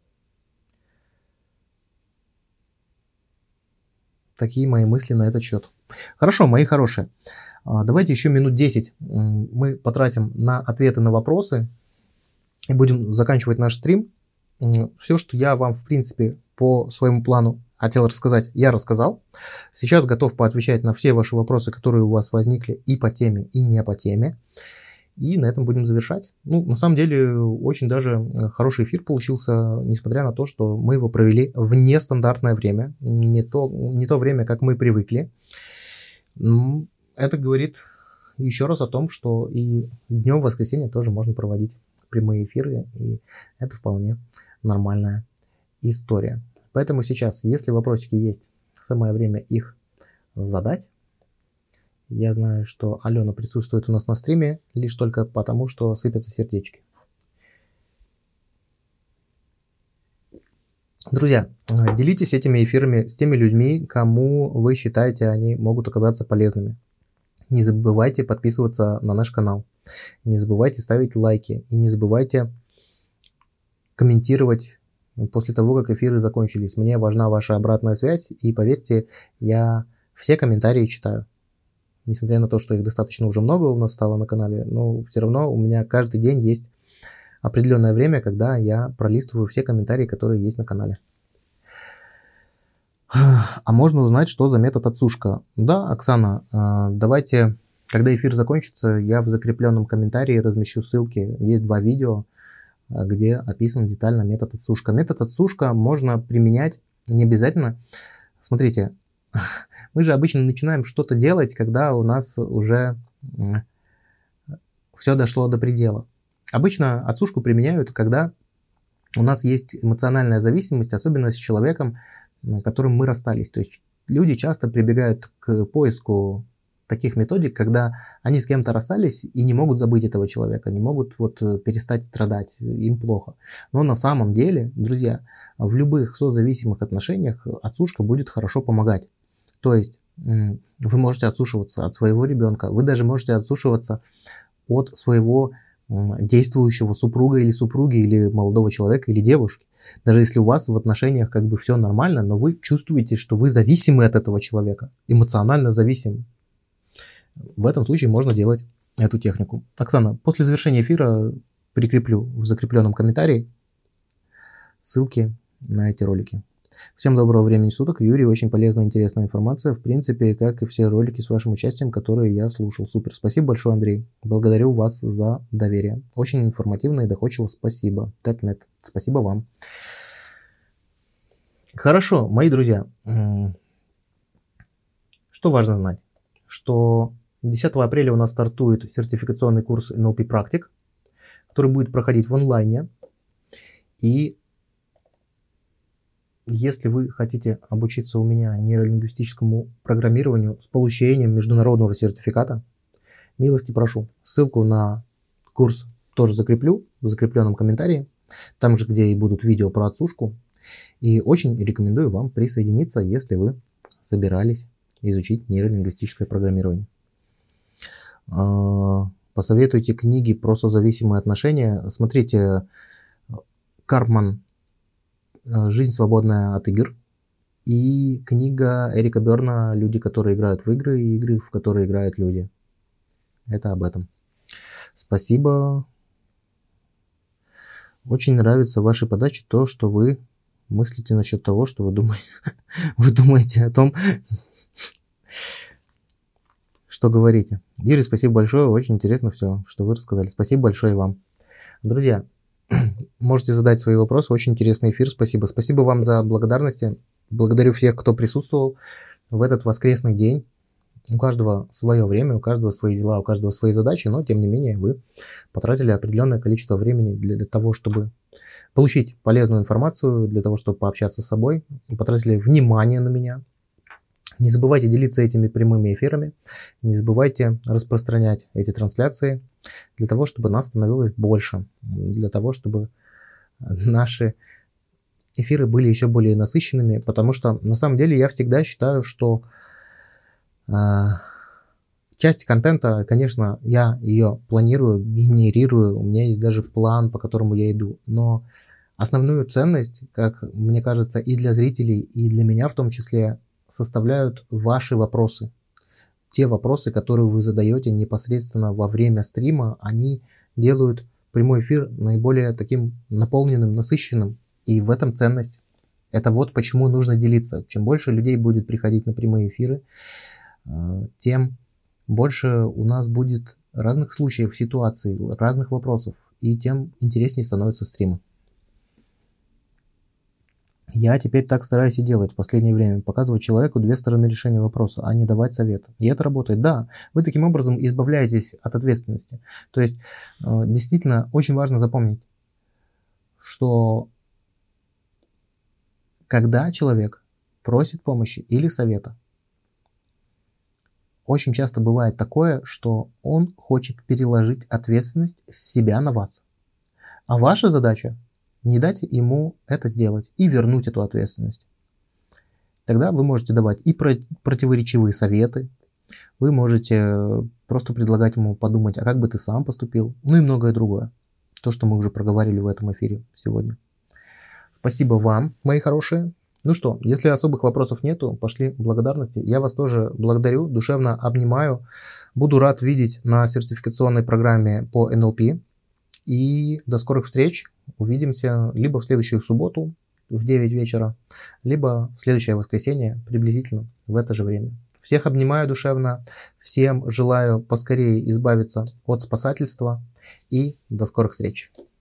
Такие мои мысли на этот счет. Хорошо, мои хорошие. Давайте еще минут 10 мы потратим на ответы на вопросы и будем заканчивать наш стрим. Все, что я вам, в принципе, по своему плану хотел рассказать, я рассказал. Сейчас готов поотвечать на все ваши вопросы, которые у вас возникли и по теме, и не по теме. И на этом будем завершать. На самом деле, очень даже хороший эфир получился, несмотря на то, что мы его провели в нестандартное время. Не то время, как мы привыкли. Это говорит еще раз о том, что и днем в воскресенье тоже можно проводить прямые эфиры. И это вполне нормальная история. Поэтому сейчас, если вопросики есть, самое время их задать. Я знаю, что Алена присутствует у нас на стриме лишь только потому, что сыпятся сердечки. Друзья, делитесь этими эфирами с теми людьми, кому вы считаете, они могут оказаться полезными. Не забывайте подписываться на наш канал. Не забывайте ставить лайки. И не забывайте комментировать после того, как эфиры закончились. Мне важна ваша обратная связь. И поверьте, я все комментарии читаю. Несмотря на то, что их достаточно уже много у нас стало на канале, но все равно у меня каждый день есть определенное время, когда я пролистываю все комментарии, которые есть на канале. А можно узнать, что за метод отсушка? Да, Оксана, давайте, когда эфир закончится, я в закрепленном комментарии размещу ссылки. Есть 2 видео, где описан детально метод отсушка. Метод отсушка можно применять не обязательно. Смотрите, мы же обычно начинаем что-то делать, когда у нас уже все дошло до предела. Обычно отсушку применяют, когда у нас есть эмоциональная зависимость, особенно с человеком, с которым мы расстались. То есть люди часто прибегают к поиску таких методик, когда они с кем-то расстались и не могут забыть этого человека, не могут перестать страдать, им плохо. Но на самом деле, друзья, в любых созависимых отношениях отсушка будет хорошо помогать. То есть вы можете отсушиваться от своего ребенка, вы даже можете отсушиваться от своего действующего супруга или супруги, или молодого человека, или девушки. Даже если у вас в отношениях как бы все нормально, но вы чувствуете, что вы зависимы от этого человека, эмоционально зависимы. В этом случае можно делать эту технику. Оксана, после завершения эфира прикреплю в закрепленном комментарии ссылки на эти ролики. Всем доброго времени суток. Юрий, очень полезная, интересная информация. В принципе, как и все ролики с вашим участием, которые я слушал. Супер. Спасибо большое, Андрей. Благодарю вас за доверие. Очень информативно и доходчиво. Спасибо. Тет-нет. Спасибо вам. Хорошо, мои друзья. Что важно знать? Что 10 апреля у нас стартует сертификационный курс NLP практик, который будет проходить в онлайне. И если вы хотите обучиться у меня нейролингвистическому программированию с получением международного сертификата, милости прошу. Ссылку на курс тоже закреплю в закрепленном комментарии, там же, где и будут видео про отсушку. И очень рекомендую вам присоединиться, если вы собирались изучить нейролингвистическое программирование. Посоветуйте книги про созависимые отношения. Смотрите Карпман «Жизнь, свободная от игр» и книга Эрика Берна «Люди, которые играют в игры, и игры, в которые играют люди». Это об этом. Спасибо. Очень нравится в вашей подаче то, что вы мыслите насчет того, что вы думаете о том, что говорите. Юрий, спасибо большое. Очень интересно все, что вы рассказали. Спасибо большое вам. Друзья, можете задать свои вопросы. Очень интересный эфир. Спасибо. Спасибо вам за благодарности. Благодарю всех, кто присутствовал в этот воскресный день. У каждого свое время, у каждого свои дела, у каждого свои задачи, но тем не менее вы потратили определенное количество времени для того, чтобы получить полезную информацию, для того, чтобы пообщаться с собой, потратили внимание на меня. Не забывайте делиться этими прямыми эфирами, не забывайте распространять эти трансляции для того, чтобы нас становилось больше, для того, чтобы наши эфиры были еще более насыщенными, потому что на самом деле я всегда считаю, что часть контента, конечно, я ее планирую, генерирую, у меня есть даже план, по которому я иду, но основную ценность, как мне кажется, и для зрителей, и для меня в том числе, составляют ваши вопросы. Те вопросы, которые вы задаете непосредственно во время стрима, они делают прямой эфир наиболее таким наполненным, насыщенным, и в этом ценность. Это вот почему нужно делиться. Чем больше людей будет приходить на прямые эфиры, тем больше у нас будет разных случаев, ситуаций, разных вопросов, и тем интереснее становятся стримы. Я теперь так стараюсь и делать в последнее время. Показывать человеку две стороны решения вопроса, а не давать совет. И это работает. Да, вы таким образом избавляетесь от ответственности. То есть, действительно, очень важно запомнить, что когда человек просит помощи или совета, очень часто бывает такое, что он хочет переложить ответственность с себя на вас. А ваша задача не дать ему это сделать и вернуть эту ответственность. Тогда вы можете давать и противоречивые советы, вы можете просто предлагать ему подумать, а как бы ты сам поступил, ну и многое другое. То, что мы уже проговорили в этом эфире сегодня. Спасибо вам, мои хорошие. Ну что, если особых вопросов нету, пошли благодарности. Я вас тоже благодарю, душевно обнимаю. Буду рад видеть на сертификационной программе по НЛП. И до скорых встреч. Увидимся либо в следующую субботу в 9 вечера, либо в следующее воскресенье приблизительно в это же время. Всех обнимаю душевно. Всем желаю поскорее избавиться от спасательства. И до скорых встреч.